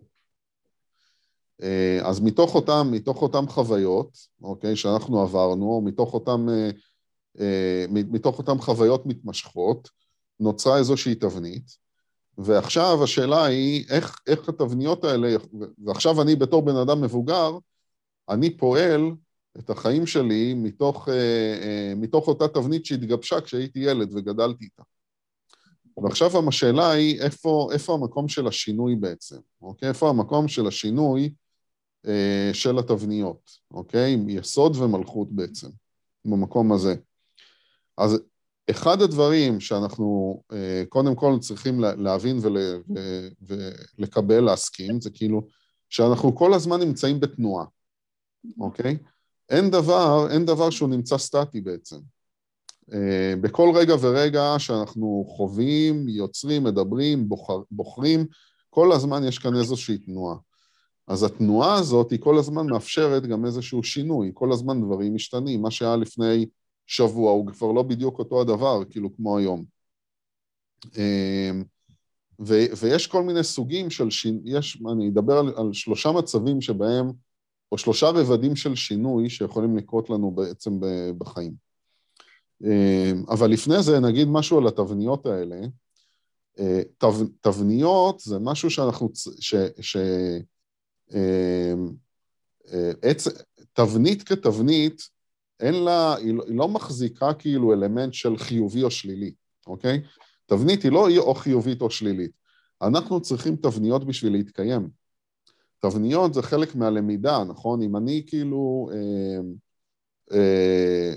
אה, אז מתוך אותם, מתוך אותם חוויות, אוקיי, שאנחנו עברנו, מתוך אותם, אה, אה, מתוך אותם חוויות מתמשכות, נוצרה איזושהי תבנית, ועכשיו השאלה היא, איך, איך התבניות האלה, ועכשיו אני בתור בן אדם מבוגר, אני פועל את החיים שלי מתוך, מתוך אותה תבנית שהתגבשה כשהייתי ילד וגדלתי איתה. ועכשיו השאלה היא, איפה, איפה המקום של השינוי בעצם? אוקיי? איפה המקום של השינוי של התבניות? אוקיי? יסוד ומלכות בעצם, במקום הזה. אז אחד הדברים שאנחנו קודם כל צריכים להבין ול, ולקבל, להסכים, זה כאילו שאנחנו כל הזמן נמצאים בתנועה. אוקיי? אין דבר, אין דבר שהוא נמצא סטטי בעצם. Uh, בכל רגע ורגע שאנחנו חווים, יוצרים, מדברים, בוחר, בוחרים, כל הזמן יש כאן איזושהי תנועה. אז התנועה הזאת היא כל הזמן מאפשרת גם איזשהו שינוי, כל הזמן דברים משתנים, מה שהיה לפני שבוע הוא כבר לא בדיוק אותו הדבר, כאילו כמו היום. Uh, ו- ויש כל מיני סוגים של שינוי, יש, אני אדבר על, על שלושה מצבים שבהם או שלושה רבדים של שינוי שיכולים לקרות לנו בעצם בחיים. אבל לפני זה נגיד משהו על התבניות האלה. תב, תבניות זה משהו שאנחנו, ש, ש, עצ, תבנית כתבנית, אין לה, היא לא, היא לא מחזיקה כאילו אלמנט של חיובי או שלילי, אוקיי? תבנית היא לא או חיובית או שלילית. אנחנו צריכים תבניות בשביל להתקיים. תבניות זה חלק מהלמידה, נכון? אם אני כאילו, אה, אה,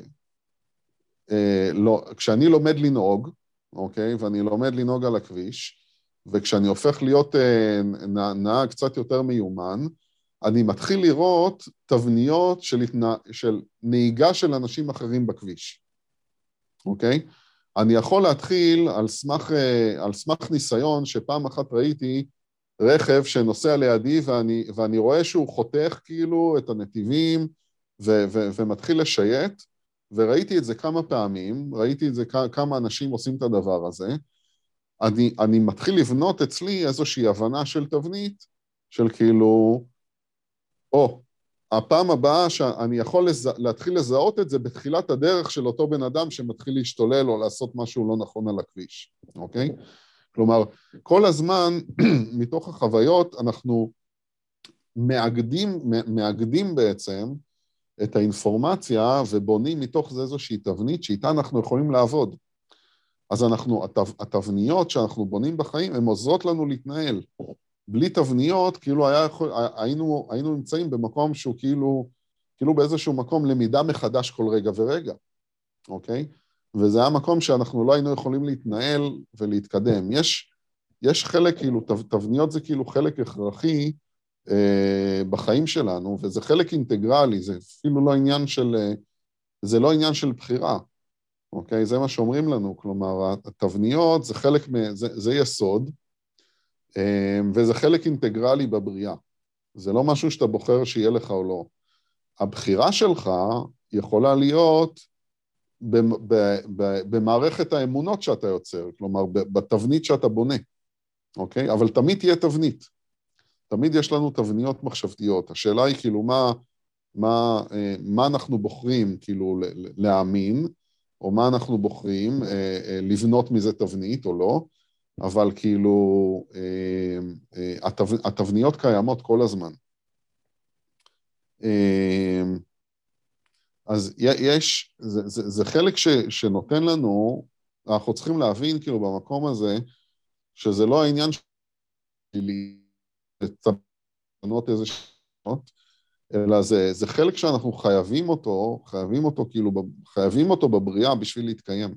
אה, לא, כשאני לומד לנהוג, אוקיי? ואני לומד לנהוג על הכביש, וכשאני הופך להיות אה, נהג קצת יותר מיומן, אני מתחיל לראות תבניות של, התנה, של נהיגה של אנשים אחרים בכביש, אוקיי? אני יכול להתחיל על סמך, אה, על סמך ניסיון שפעם אחת ראיתי, רכב שנוסע לידי, ואני, ואני רואה שהוא חותך כאילו את הנתיבים, ו, ו, ומתחיל לשייט, וראיתי את זה כמה פעמים, ראיתי את זה כמה אנשים עושים את הדבר הזה, אני, אני מתחיל לבנות אצלי איזושהי הבנה של תבנית, של כאילו, או, הפעם הבאה שאני יכול לזה, להתחיל לזהות את זה בתחילת הדרך של אותו בן אדם שמתחיל להשתולל או לעשות משהו לא נכון על הכביש, אוקיי? כלומר, כל הזמן מתוך החוויות אנחנו מאגדים, מאגדים בעצם את האינפורמציה ובונים מתוך זה איזושהי תבנית שאיתה אנחנו יכולים לעבוד. אז אנחנו, התו, התבניות שאנחנו בונים בחיים, הן עוזרות לנו להתנהל. בלי תבניות, כאילו היה, היינו, היינו נמצאים במקום שהוא כאילו, כאילו באיזשהו מקום למידה מחדש כל רגע ורגע, אוקיי? וזה היה מקום שאנחנו לא היינו יכולים להתנהל ולהתקדם. יש, יש חלק, כאילו, תבניות זה כאילו חלק הכרחי אה, בחיים שלנו, וזה חלק אינטגרלי, זה אפילו לא עניין של, זה לא עניין של בחירה, אוקיי? זה מה שאומרים לנו, כלומר, התבניות זה חלק, זה, זה יסוד, אה, וזה חלק אינטגרלי בבריאה. זה לא משהו שאתה בוחר שיהיה לך או לא. הבחירה שלך יכולה להיות במערכת האמונות שאתה יוצר, כלומר, בתבנית שאתה בונה, אוקיי? אבל תמיד תהיה תבנית. תמיד יש לנו תבניות מחשבתיות. השאלה היא כאילו, מה, מה, מה אנחנו בוחרים, כאילו, להאמין, או מה אנחנו בוחרים, לבנות מזה תבנית או לא, אבל כאילו, התבניות קיימות כל הזמן. אז יש, זה, זה, זה חלק ש, שנותן לנו, אנחנו צריכים להבין כאילו במקום הזה, שזה לא העניין שלי לצבנות איזה שנות, אלא זה, זה חלק שאנחנו חייבים אותו, חייבים אותו כאילו, חייבים אותו בבריאה בשביל להתקיים.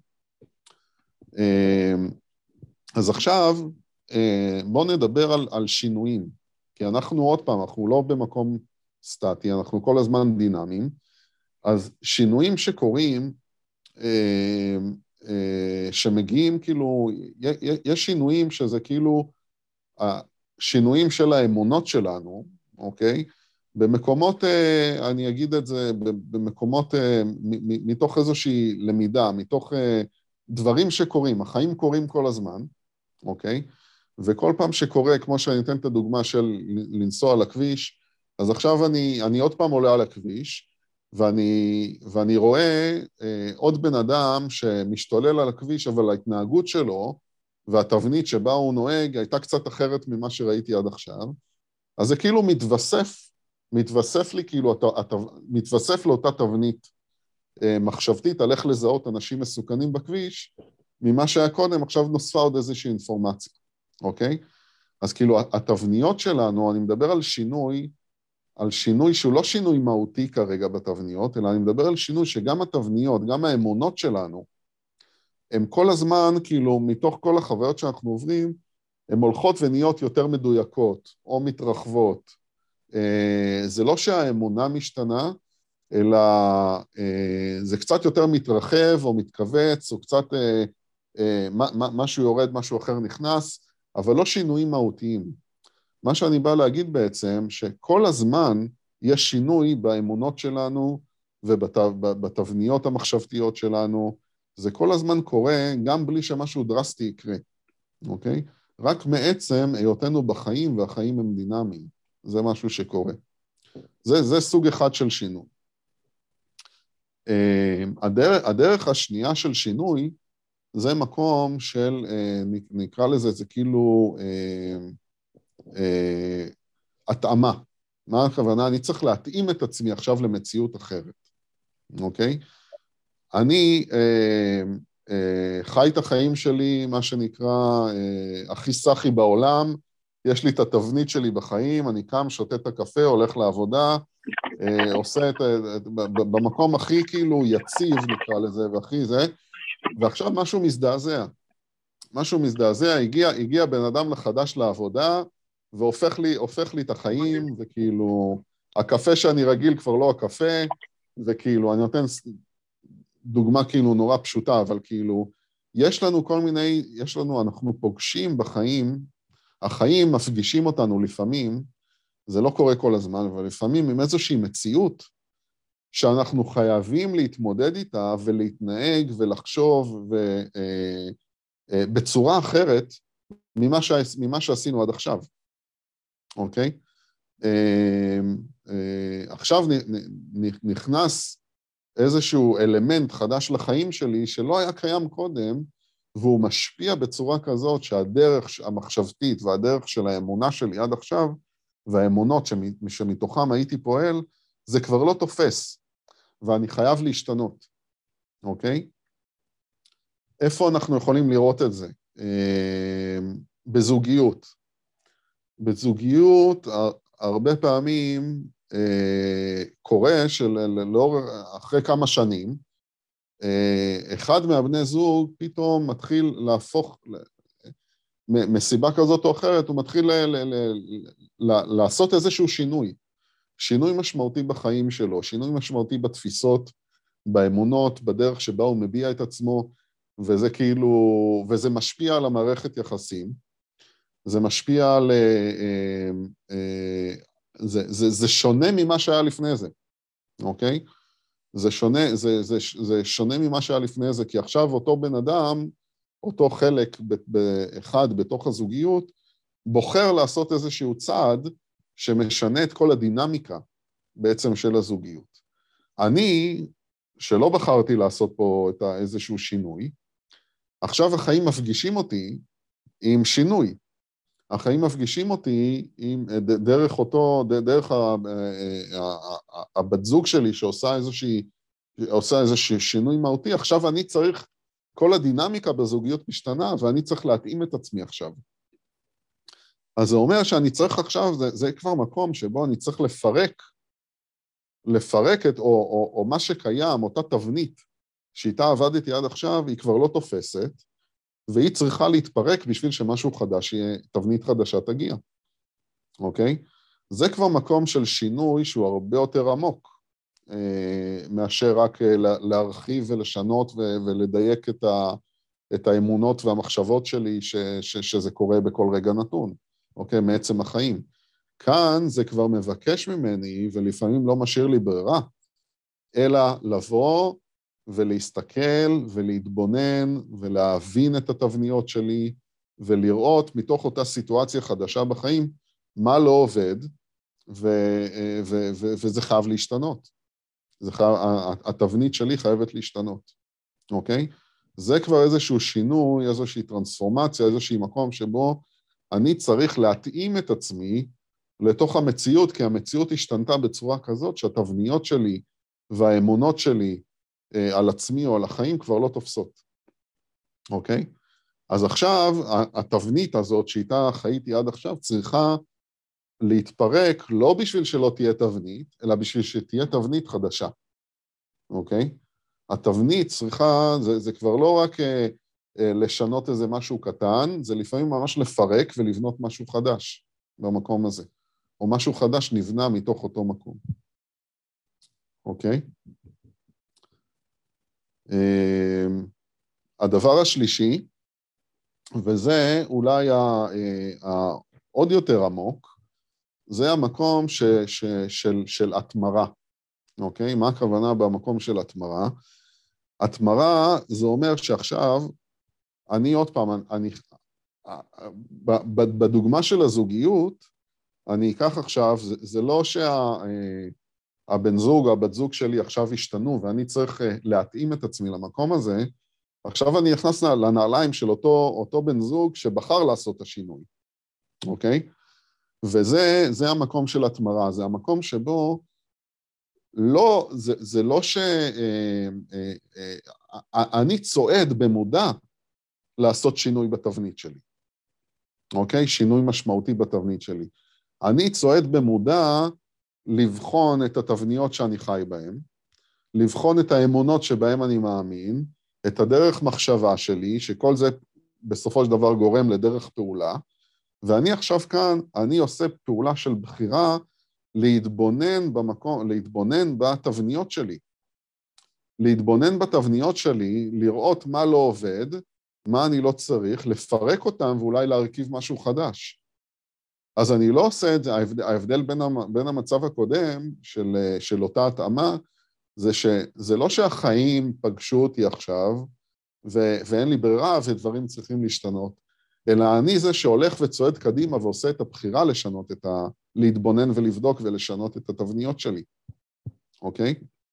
אז עכשיו, בואו נדבר על, על שינויים, כי אנחנו עוד פעם, אנחנו לא במקום סטטי, אנחנו כל הזמן דינמיים, אז שינויים שקורים, אה, אה, שמגיעים כאילו, יש שינויים שזה כאילו, השינויים של האמונות שלנו, אוקיי? במקומות, אני אגיד את זה, במקומות, מתוך איזושהי למידה, מתוך דברים שקורים, החיים קורים כל הזמן, אוקיי? וכל פעם שקורה, כמו שאני אתן את הדוגמה של לנסוע על הכביש, אז עכשיו אני, אני עוד פעם עולה על הכביש, ואני, ואני רואה אה, עוד בן אדם שמשתולל על הכביש, אבל ההתנהגות שלו, והתבנית שבה הוא נוהג, הייתה קצת אחרת ממה שראיתי עד עכשיו, אז זה כאילו מתווסף, מתווסף לי כאילו, אתה, אתה, מתווסף לאותה תבנית אה, מחשבתית, על איך לזהות אנשים מסוכנים בכביש, ממה שהיה קודם, עכשיו נוספה עוד איזושהי אינפורמציה, אוקיי? אז כאילו, התבניות שלנו, אני מדבר על שינוי, על שינוי שהוא לא שינוי מהותי כרגע בתבניות, אלא אני מדבר על שינוי שגם התבניות, גם האמונות שלנו, הם כל הזמן, כאילו, מתוך כל החוויות שאנחנו עוברים, הן הולכות ונהיות יותר מדויקות, או מתרחבות. זה לא שהאמונה משתנה, אלא זה קצת יותר מתרחב, או מתכווץ, או קצת משהו יורד, משהו אחר נכנס, אבל לא שינויים מהותיים. מה שאני בא להגיד בעצם, שכל הזמן יש שינוי באמונות שלנו, ובתבניות המחשבתיות שלנו, זה כל הזמן קורה, גם בלי שמשהו דרסטי יקרה, אוקיי? רק מעצם היותנו בחיים, והחיים הם דינמיים. זה משהו שקורה. זה, זה סוג אחד של שינוי. הדרך, הדרך השנייה של שינוי, זה מקום של, נקרא לזה, זה כאילו, התאמה. מה הכוונה? אני צריך להתאים את עצמי עכשיו למציאות אחרת, אוקיי? אני אה, אה, חי את החיים שלי, מה שנקרא, אה, הכי סחי בעולם, יש לי את התבנית שלי בחיים, אני קם, שותה את הקפה, הולך לעבודה, אה, עושה את, את, במקום הכי כאילו יציב, נקרא לזה, והכי זה, ועכשיו משהו מזדעזע. משהו מזדעזע, הגיע, הגיע בן אדם לחדש לעבודה, והופך לי, הופך לי את החיים, וכאילו, הקפה שאני רגיל כבר לא הקפה, וכאילו, אני נותן דוגמה כאילו נורא פשוטה, אבל כאילו, יש לנו כל מיני, יש לנו, אנחנו פוגשים בחיים, החיים מפגישים אותנו לפעמים, זה לא קורה כל הזמן, אבל לפעמים עם איזושהי מציאות, שאנחנו חייבים להתמודד איתה, ולהתנהג ולחשוב, ו, אה, אה, בצורה אחרת, ממה, ש, ממה שעשינו עד עכשיו. אוקיי? אה, אה, עכשיו נכנס איזשהו אלמנט חדש לחיים שלי, שלא היה קיים קודם, והוא משפיע בצורה כזאת שהדרך המחשבתית והדרך של האמונה שלי עד עכשיו, והאמונות שמתוכם הייתי פועל, זה כבר לא תופס, ואני חייב להשתנות, אוקיי? איפה אנחנו יכולים לראות את זה? בזוגיות. בזוגיות, הרבה פעמים קורה שאחרי כמה שנים, אחד מהבני זוג פתאום מתחיל להפוך, מסיבה כזאת או אחרת, הוא מתחיל ל- ל- ל- ל- לעשות איזשהו שינוי, שינוי משמעותי בחיים שלו, שינוי משמעותי בתפיסות, באמונות, בדרך שבה הוא מביע את עצמו, וזה כאילו, וזה משפיע על המערכת יחסים, זה משפיע על, זה, זה, זה שונה ממה שהיה לפני זה, אוקיי? זה שונה, זה, זה, זה שונה ממה שהיה לפני זה, כי עכשיו אותו בן אדם, אותו חלק באחד בתוך הזוגיות, בוחר לעשות איזשהו צעד שמשנה את כל הדינמיקה בעצם של הזוגיות. אני, שלא בחרתי לעשות פה את איזשהו שינוי, עכשיו החיים מפגישים אותי עם שינוי. החיים מפגישים אותי עם דרך אותו, דרך הבת זוג שלי שעושה איזושהי, עושה איזשהו שינוי מהותי, עכשיו אני צריך, כל הדינמיקה בזוגיות משתנה, ואני צריך להתאים את עצמי עכשיו. אז זה אומר שאני צריך עכשיו, זה, זה כבר מקום שבו אני צריך לפרק, לפרק את, או, או, או מה שקיים, אותה תבנית שאיתה עבדתי עד עכשיו, היא כבר לא תופסת, והיא צריכה להתפרק בשביל שמשהו חדש, יהיה, תבנית חדשה תגיע. אוקיי? זה כבר מקום של שינוי שהוא הרבה יותר עמוק, אה, מאשר רק להרחיב ולשנות ולדייק את, ה, את האמונות והמחשבות שלי ש, ש, שזה קורה בכל רגע נתון, אוקיי? מעצם החיים. כאן זה כבר מבקש ממני, ולפעמים לא משאיר לי ברירה, אלא לבוא ולהסתכל ולהתבונן ולהבין את התבניות שלי, ולראות מתוך אותה סיטואציה חדשה בחיים, מה לא עובד, ו- ו- ו- וזה חייב להשתנות. זה חייב, התבנית שלי חייבת להשתנות, אוקיי? זה כבר איזשהו שינוי, איזושהי טרנספורמציה, איזושהי מקום שבו אני צריך להתאים את עצמי לתוך המציאות, כי המציאות השתנתה בצורה כזאת שהתבניות שלי והאמונות שלי אה, על עצמי או על החיים כבר לא תופסות, אוקיי? אז עכשיו התבנית הזאת שאיתה חייתי עד עכשיו צריכה להתפרק לא בשביל שלא תהיה תבנית, אלא בשביל שתהיה תבנית חדשה, אוקיי? התבנית צריכה, זה, זה כבר לא רק אה, אה, לשנות איזה משהו קטן, זה לפעמים ממש לפרק ולבנות משהו חדש במקום הזה, או משהו חדש נבנה מתוך אותו מקום, אוקיי? אה, הדבר השלישי, וזה אולי העוד יותר עמוק, זה המקום ש, ש, של, של התמרה, אוקיי? מה הכוונה במקום של התמרה? התמרה זה אומר שעכשיו, אני עוד פעם, אני, בדוגמה של הזוגיות, אני אקח עכשיו, זה, זה לא שהבן זוג, הבת זוג שלי עכשיו השתנו, ואני צריך להתאים את עצמי למקום הזה, עכשיו אני נכנס לנעליים של אותו, אותו בן זוג שבחר לעשות את השינוי, אוקיי? וזה זה המקום של התמרה, זה המקום שבו לא, זה, זה לא ש... אה, אה, אה, אני צועד במודע לעשות שינוי בתבנית שלי, אוקיי? שינוי משמעותי בתבנית שלי. אני צועד במודע לבחון את התבניות שאני חי בהן, לבחון את האמונות שבהן אני מאמין, את הדרך מחשבה שלי, שכל זה בסופו של דבר גורם לדרך פעולה, ואני עכשיו כאן, אני עושה פעולה של בחירה להתבונן במקום, להתבונן בתבניות שלי. להתבונן בתבניות שלי, לראות מה לא עובד, מה אני לא צריך, לפרק אותם ואולי להרכיב משהו חדש. אז אני לא עושה את זה, ההבדל, ההבדל בין, בין המצב הקודם של, של אותה התאמה, זה שזה לא שהחיים פגשו אותי עכשיו, ו, ואין לי ברירה ודברים צריכים להשתנות, אלא אני זה שהולך וצועד קדימה ועושה את הבחירה לשנות את ה... להתבונן ולבדוק ולשנות את התבניות שלי, אוקיי?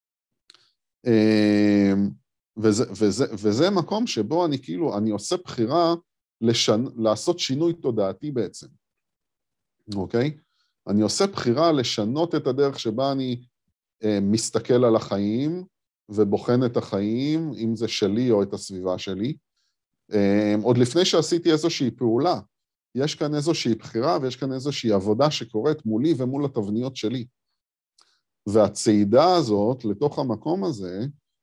וזה, וזה, וזה מקום שבו אני כאילו, אני עושה בחירה לשנ... לעשות שינוי תודעתי בעצם, אוקיי? אני עושה בחירה לשנות את הדרך שבה אני מסתכל על החיים ובוחן את החיים, אם זה שלי או את הסביבה שלי, עוד לפני שעשיתי איזושהי פעולה, יש כאן איזושהי בחירה ויש כאן איזושהי עבודה שקורית מולי ומול התבניות שלי. והצעידה הזאת לתוך המקום הזה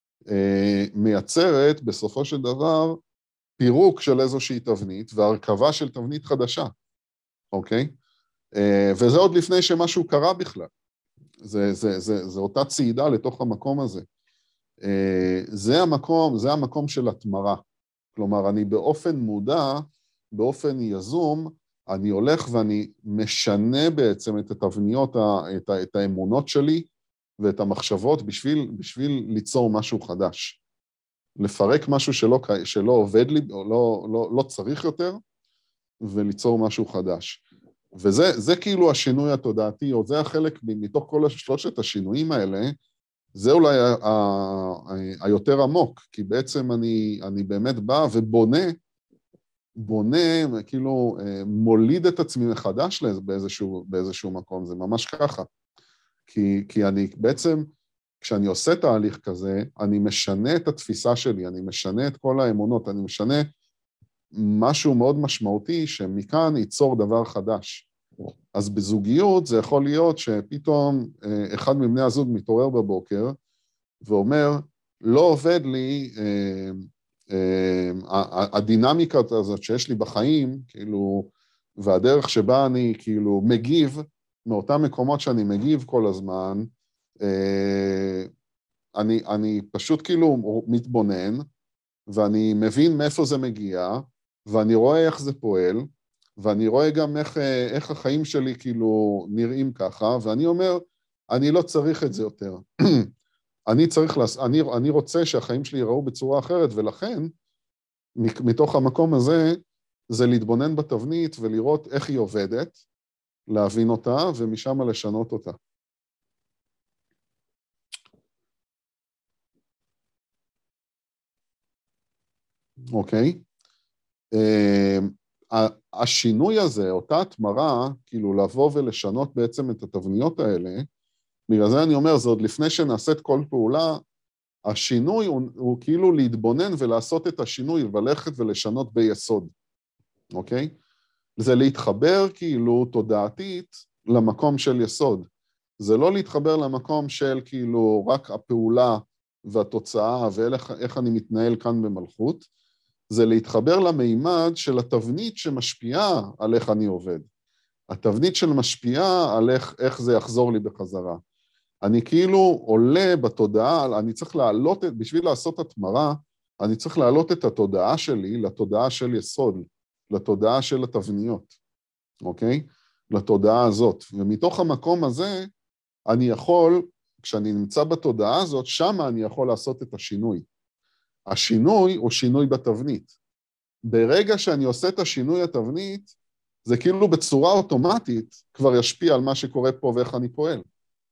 מייצרת בסופו של דבר פירוק של איזושהי תבנית והרכבה של תבנית חדשה, אוקיי? וזה עוד לפני שמשהו קרה בכלל. זה, זה, זה, זה אותה צעידה לתוך המקום הזה. זה המקום, זה המקום של התמרה. כלומר, אני באופן מודע, באופן יזום, אני הולך ואני משנה בעצם את התבניות, את, את האמונות שלי ואת המחשבות בשביל, בשביל ליצור משהו חדש. לפרק משהו שלא, שלא עובד לי, או לא, לא, לא צריך יותר, וליצור משהו חדש. וזה, זה כאילו השינוי התודעתי, או זה החלק מתוך כל שלושת השינויים האלה, זה אולי ה- ה- ה- היותר עמוק, כי בעצם אני, אני באמת בא ובונה, בונה, כאילו מוליד את עצמי מחדש באיזשהו, באיזשהו מקום, זה ממש ככה. כי, כי אני בעצם, כשאני עושה תהליך כזה, אני משנה את התפיסה שלי, אני משנה את כל האמונות, אני משנה משהו מאוד משמעותי שמכאן ייצור דבר חדש. אז בזוגיות זה יכול להיות שפתאום אחד מבני הזוג מתעורר בבוקר ואומר, לא עובד לי אה, אה, הדינמיקה הזאת שיש לי בחיים, כאילו, והדרך שבה אני כאילו מגיב, מאותם מקומות שאני מגיב כל הזמן, אה, אני, אני פשוט כאילו מתבונן, ואני מבין מאיפה זה מגיע, ואני רואה איך זה פועל, ואני רואה גם איך, איך החיים שלי כאילו נראים ככה, ואני אומר, אני לא צריך את זה יותר. אני צריך, לס... אני, אני רוצה שהחיים שלי יראו בצורה אחרת, ולכן, מתוך המקום הזה, זה להתבונן בתבנית ולראות איך היא עובדת, להבין אותה, ומשם לשנות אותה. אוקיי? השינוי הזה, אותה התמרה, כאילו לבוא ולשנות בעצם את התבניות האלה, בגלל זה אני אומר, זה עוד לפני שנעשית כל פעולה, השינוי הוא, הוא כאילו להתבונן ולעשות את השינוי, וללכת ולשנות ביסוד, אוקיי? זה להתחבר כאילו תודעתית למקום של יסוד. זה לא להתחבר למקום של כאילו רק הפעולה והתוצאה ואיך אני מתנהל כאן במלכות, זה להתחבר למימד של התבנית שמשפיעה על איך אני עובד. התבנית של משפיעה על איך, איך זה יחזור לי בחזרה. אני כאילו עולה בתודעה, אני צריך לעלות, בשביל לעשות התמרה, אני צריך לעלות את התודעה שלי לתודעה של יסוד, לתודעה של התבניות, אוקיי? לתודעה הזאת. ומתוך המקום הזה, אני יכול, כשאני נמצא בתודעה הזאת, שם אני יכול לעשות את השינוי. השינוי הוא שינוי בתבנית. ברגע שאני עושה את השינוי התבנית, זה כאילו בצורה אוטומטית כבר ישפיע על מה שקורה פה ואיך אני פועל.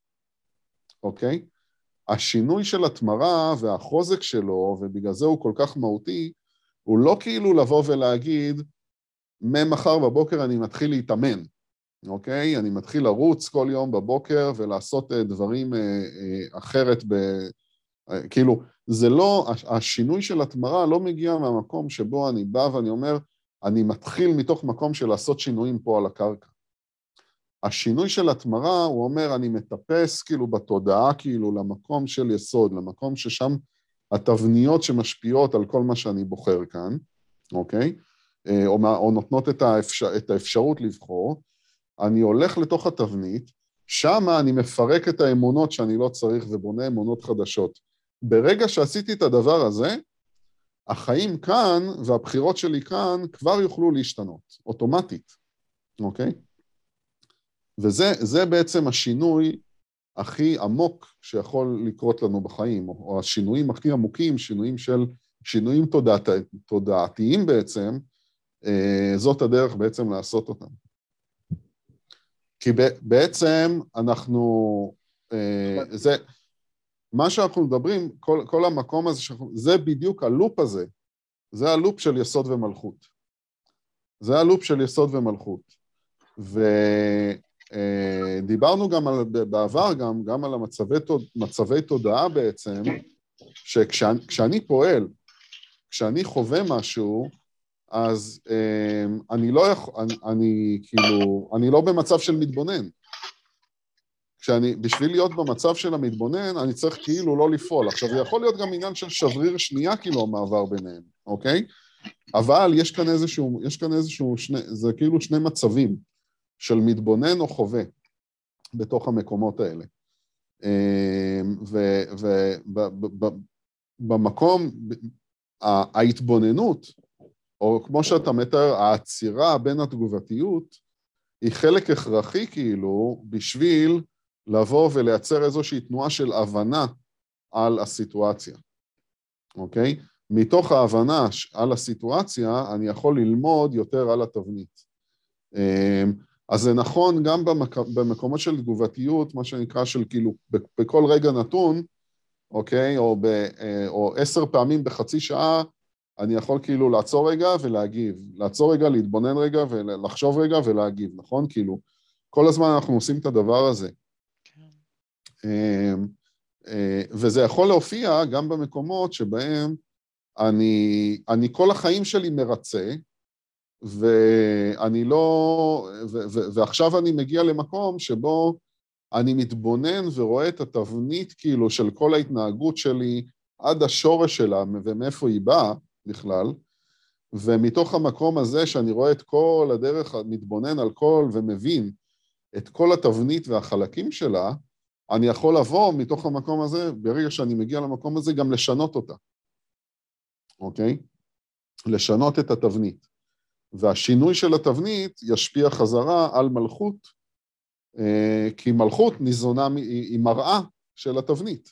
אוקיי? השינוי של התמרה והחוזק שלו, ובגלל זה הוא כל כך מהותי, הוא לא כאילו לבוא ולהגיד, ממחר בבוקר אני מתחיל להתאמן, אוקיי? אני מתחיל לרוץ כל יום בבוקר ולעשות דברים אחרת, ב... כאילו, זה לא, השינוי של התמרה לא מגיע מהמקום שבו אני בא ואני אומר, אני מתחיל מתוך מקום של לעשות שינויים פה על הקרקע. השינוי של התמרה, הוא אומר, אני מטפס כאילו בתודעה, כאילו למקום של יסוד, למקום ששם התבניות שמשפיעות על כל מה שאני בוחר כאן, אוקיי? או, או נותנות את, האפשר, את האפשרות לבחור, אני הולך לתוך התבנית, שם אני מפרק את האמונות שאני לא צריך ובונה אמונות חדשות. ברגע שעשיתי את הדבר הזה, החיים כאן והבחירות שלי כאן כבר יוכלו להשתנות, אוטומטית, אוקיי? וזה זה בעצם השינוי הכי עמוק שיכול לקרות לנו בחיים, או השינויים הכי עמוקים, שינויים של, שינויים תודעת, תודעתיים בעצם, זאת הדרך בעצם לעשות אותם. כי בעצם אנחנו, זה, מה שאנחנו מדברים, כל, כל המקום הזה, זה בדיוק הלופ הזה, זה הלופ של יסוד ומלכות. זה הלופ של יסוד ומלכות. ודיברנו גם על, בעבר גם, גם על המצבי, מצבי תודעה בעצם, שכשאני כשאני פועל, כשאני חווה משהו, אז אני לא יכול, אני, אני כאילו, אני לא במצב של מתבונן. כשאני, בשביל להיות במצב של המתבונן, אני צריך כאילו לא לפעול. עכשיו, זה יכול להיות גם עניין של שבריר שנייה, כאילו, המעבר ביניהם, אוקיי? אבל יש כאן איזשהו, יש כאן איזשהו, שני, זה כאילו שני מצבים של מתבונן או חווה בתוך המקומות האלה. ובמקום, ההתבוננות, או כמו שאתה מתאר, העצירה בין התגובתיות, היא חלק הכרחי כאילו, בשביל לבוא ולייצר איזושהי תנועה של הבנה על הסיטואציה, אוקיי? מתוך ההבנה על הסיטואציה, אני יכול ללמוד יותר על התבנית. אז זה נכון גם במק... במקומות של תגובתיות, מה שנקרא של כאילו, בכל רגע נתון, אוקיי? או, ב... או עשר פעמים בחצי שעה, אני יכול כאילו לעצור רגע ולהגיב, לעצור רגע, להתבונן רגע ולחשוב רגע ולהגיב, נכון? כאילו, כל הזמן אנחנו עושים את הדבר הזה. וזה יכול להופיע גם במקומות שבהם אני, אני כל החיים שלי מרצה, ואני לא, ו, ו, ועכשיו אני מגיע למקום שבו אני מתבונן ורואה את התבנית כאילו של כל ההתנהגות שלי עד השורש שלה ומאיפה היא באה בכלל, ומתוך המקום הזה שאני רואה את כל הדרך, מתבונן על כל ומבין את כל התבנית והחלקים שלה, אני יכול לבוא מתוך המקום הזה, ברגע שאני מגיע למקום הזה, גם לשנות אותה. אוקיי? לשנות את התבנית. והשינוי של התבנית ישפיע חזרה על מלכות, כי מלכות ניזונה, היא מראה של התבנית.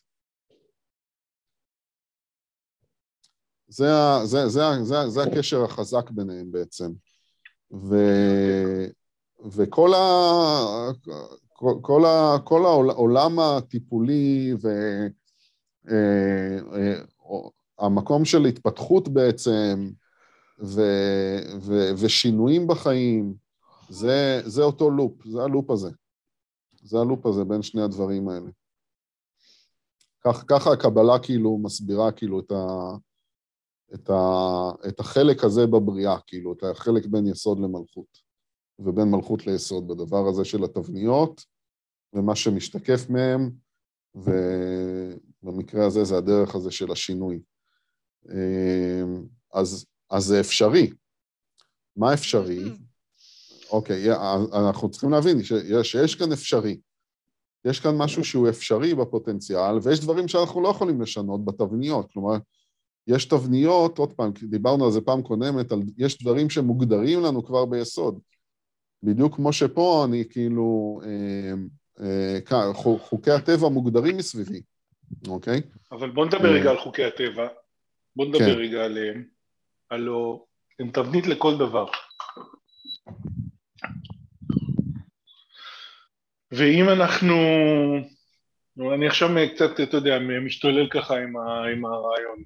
זה, זה, זה, זה, זה הקשר החזק ביניהם בעצם. ו, וכל ה, כל, כל, ה, כל העולם הטיפולי והמקום של התפתחות בעצם, ו, ו, ושינויים בחיים, זה, זה אותו לופ, זה הלופ הזה. זה הלופ הזה בין שני הדברים האלה. כך, ככה הקבלה כאילו מסבירה כאילו את, ה, את, ה, את החלק הזה בבריאה, כאילו, את החלק בין יסוד למלכות, ובין מלכות ליסוד, בדבר הזה של התבניות, ומה שמשתקף מהם, ובמקרה הזה זה הדרך הזה של השינוי. אז, אז זה אפשרי. מה אפשרי? אוקיי, אנחנו צריכים להבין שיש, שיש כאן אפשרי. יש כאן משהו שהוא אפשרי בפוטנציאל, ויש דברים שאנחנו לא יכולים לשנות בתבניות. כלומר, יש תבניות, עוד פעם, דיברנו על זה פעם קודמת, על, יש דברים שמוגדרים לנו כבר ביסוד. בדיוק כמו שפה אני כאילו, אה, אה, חוקי הטבע מוגדרים מסביבי, אוקיי? אבל בוא נדבר רגע על חוקי הטבע. בוא נדבר רגע עליהם. הלא, הם תבנית לכל דבר. ואם אנחנו, אני עכשיו קצת, אתה יודע, משתולל ככה עם, ה, עם הרעיון.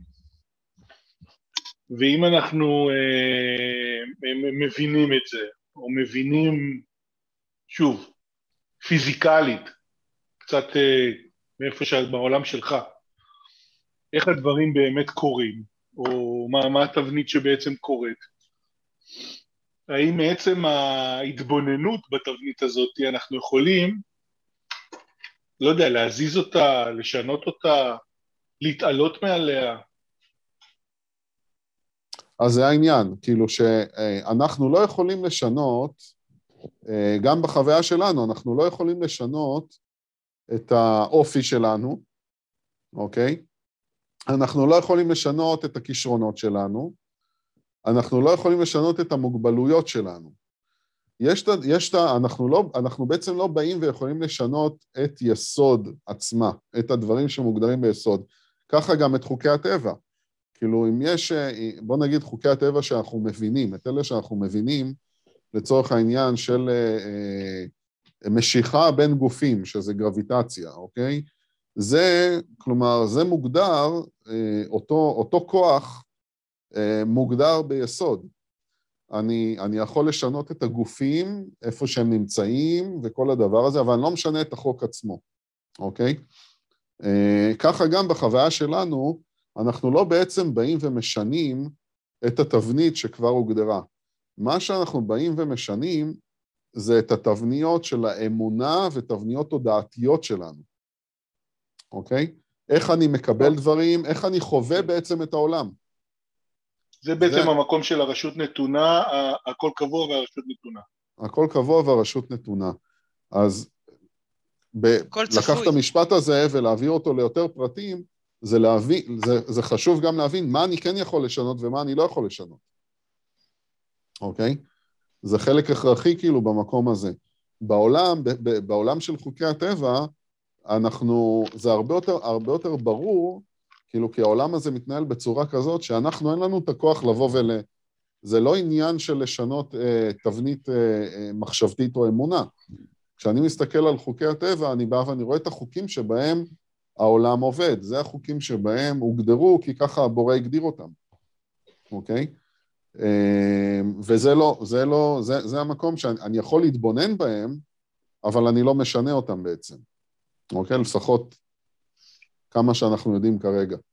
ואם אנחנו אה, מבינים את זה, או מבינים, שוב, פיזיקלית, קצת אה, מאיפה שאת בעולם שלך, איך הדברים באמת קורים, או מה, מה התבנית שבעצם קורית, האם מעצם ההתבוננות בתבנית הזאת אנחנו יכולים, לא יודע, להזיז אותה, לשנות אותה, להתעלות מעליה? אז זה העניין, כאילו שאנחנו לא יכולים לשנות, גם בחוויה שלנו, אנחנו לא יכולים לשנות את האופי שלנו, אוקיי? אנחנו לא יכולים לשנות את הכישרונות שלנו, אנחנו לא יכולים לשנות את המוגבלויות שלנו. יש, יש, אנחנו, לא, אנחנו בעצם לא באים ויכולים לשנות את יסוד עצמה, את הדברים שמוגדרים ביסוד. ככה גם את חוקי הטבע. כאילו, אם יש, בוא נגיד חוקי הטבע שאנחנו מבינים, את אלה שאנחנו מבינים, לצורך העניין של אה, משיכה בין גופים, שזה גרביטציה, אוקיי? זה, כלומר, זה מוגדר, אה, אותו, אותו כוח אה, מוגדר ביסוד. אני, אני יכול לשנות את הגופים, איפה שהם נמצאים, וכל הדבר הזה, אבל אני לא משנה את החוק עצמו, אוקיי? אה, ככה גם בחוויה שלנו, אנחנו לא בעצם באים ומשנים את התבנית שכבר הוגדרה. מה שאנחנו באים ומשנים, זה את התבניות של האמונה ותבניות תודעתיות שלנו. אוקיי? איך אני מקבל דברים, איך אני חווה בעצם את העולם. זה בעצם זה... המקום של הרשות נתונה, הכל קבוע והרשות נתונה. הכל קבוע והרשות נתונה. אז ב... לקחת את המשפט הזה ולהעביר אותו ליותר פרטים, זה, להבין, זה, זה חשוב גם להבין מה אני כן יכול לשנות ומה אני לא יכול לשנות. אוקיי? זה חלק הכרחי כאילו במקום הזה. בעולם, ב, ב, בעולם של חוקי הטבע, אנחנו, זה הרבה יותר, הרבה יותר ברור, כאילו כי העולם הזה מתנהל בצורה כזאת, שאנחנו אין לנו את הכוח לבוא ול... זה לא עניין של לשנות אה, תבנית אה, אה, מחשבתית או אמונה. כשאני מסתכל על חוקי הטבע, אני בא ואני רואה את החוקים שבהם העולם עובד. זה החוקים שבהם הוגדרו, כי ככה הבורא הגדיר אותם. אוקיי? אה, וזה לא, זה לא, זה, זה המקום שאני יכול להתבונן בהם, אבל אני לא משנה אותם בעצם. אוקיי? לפחות כמה שאנחנו יודעים כרגע.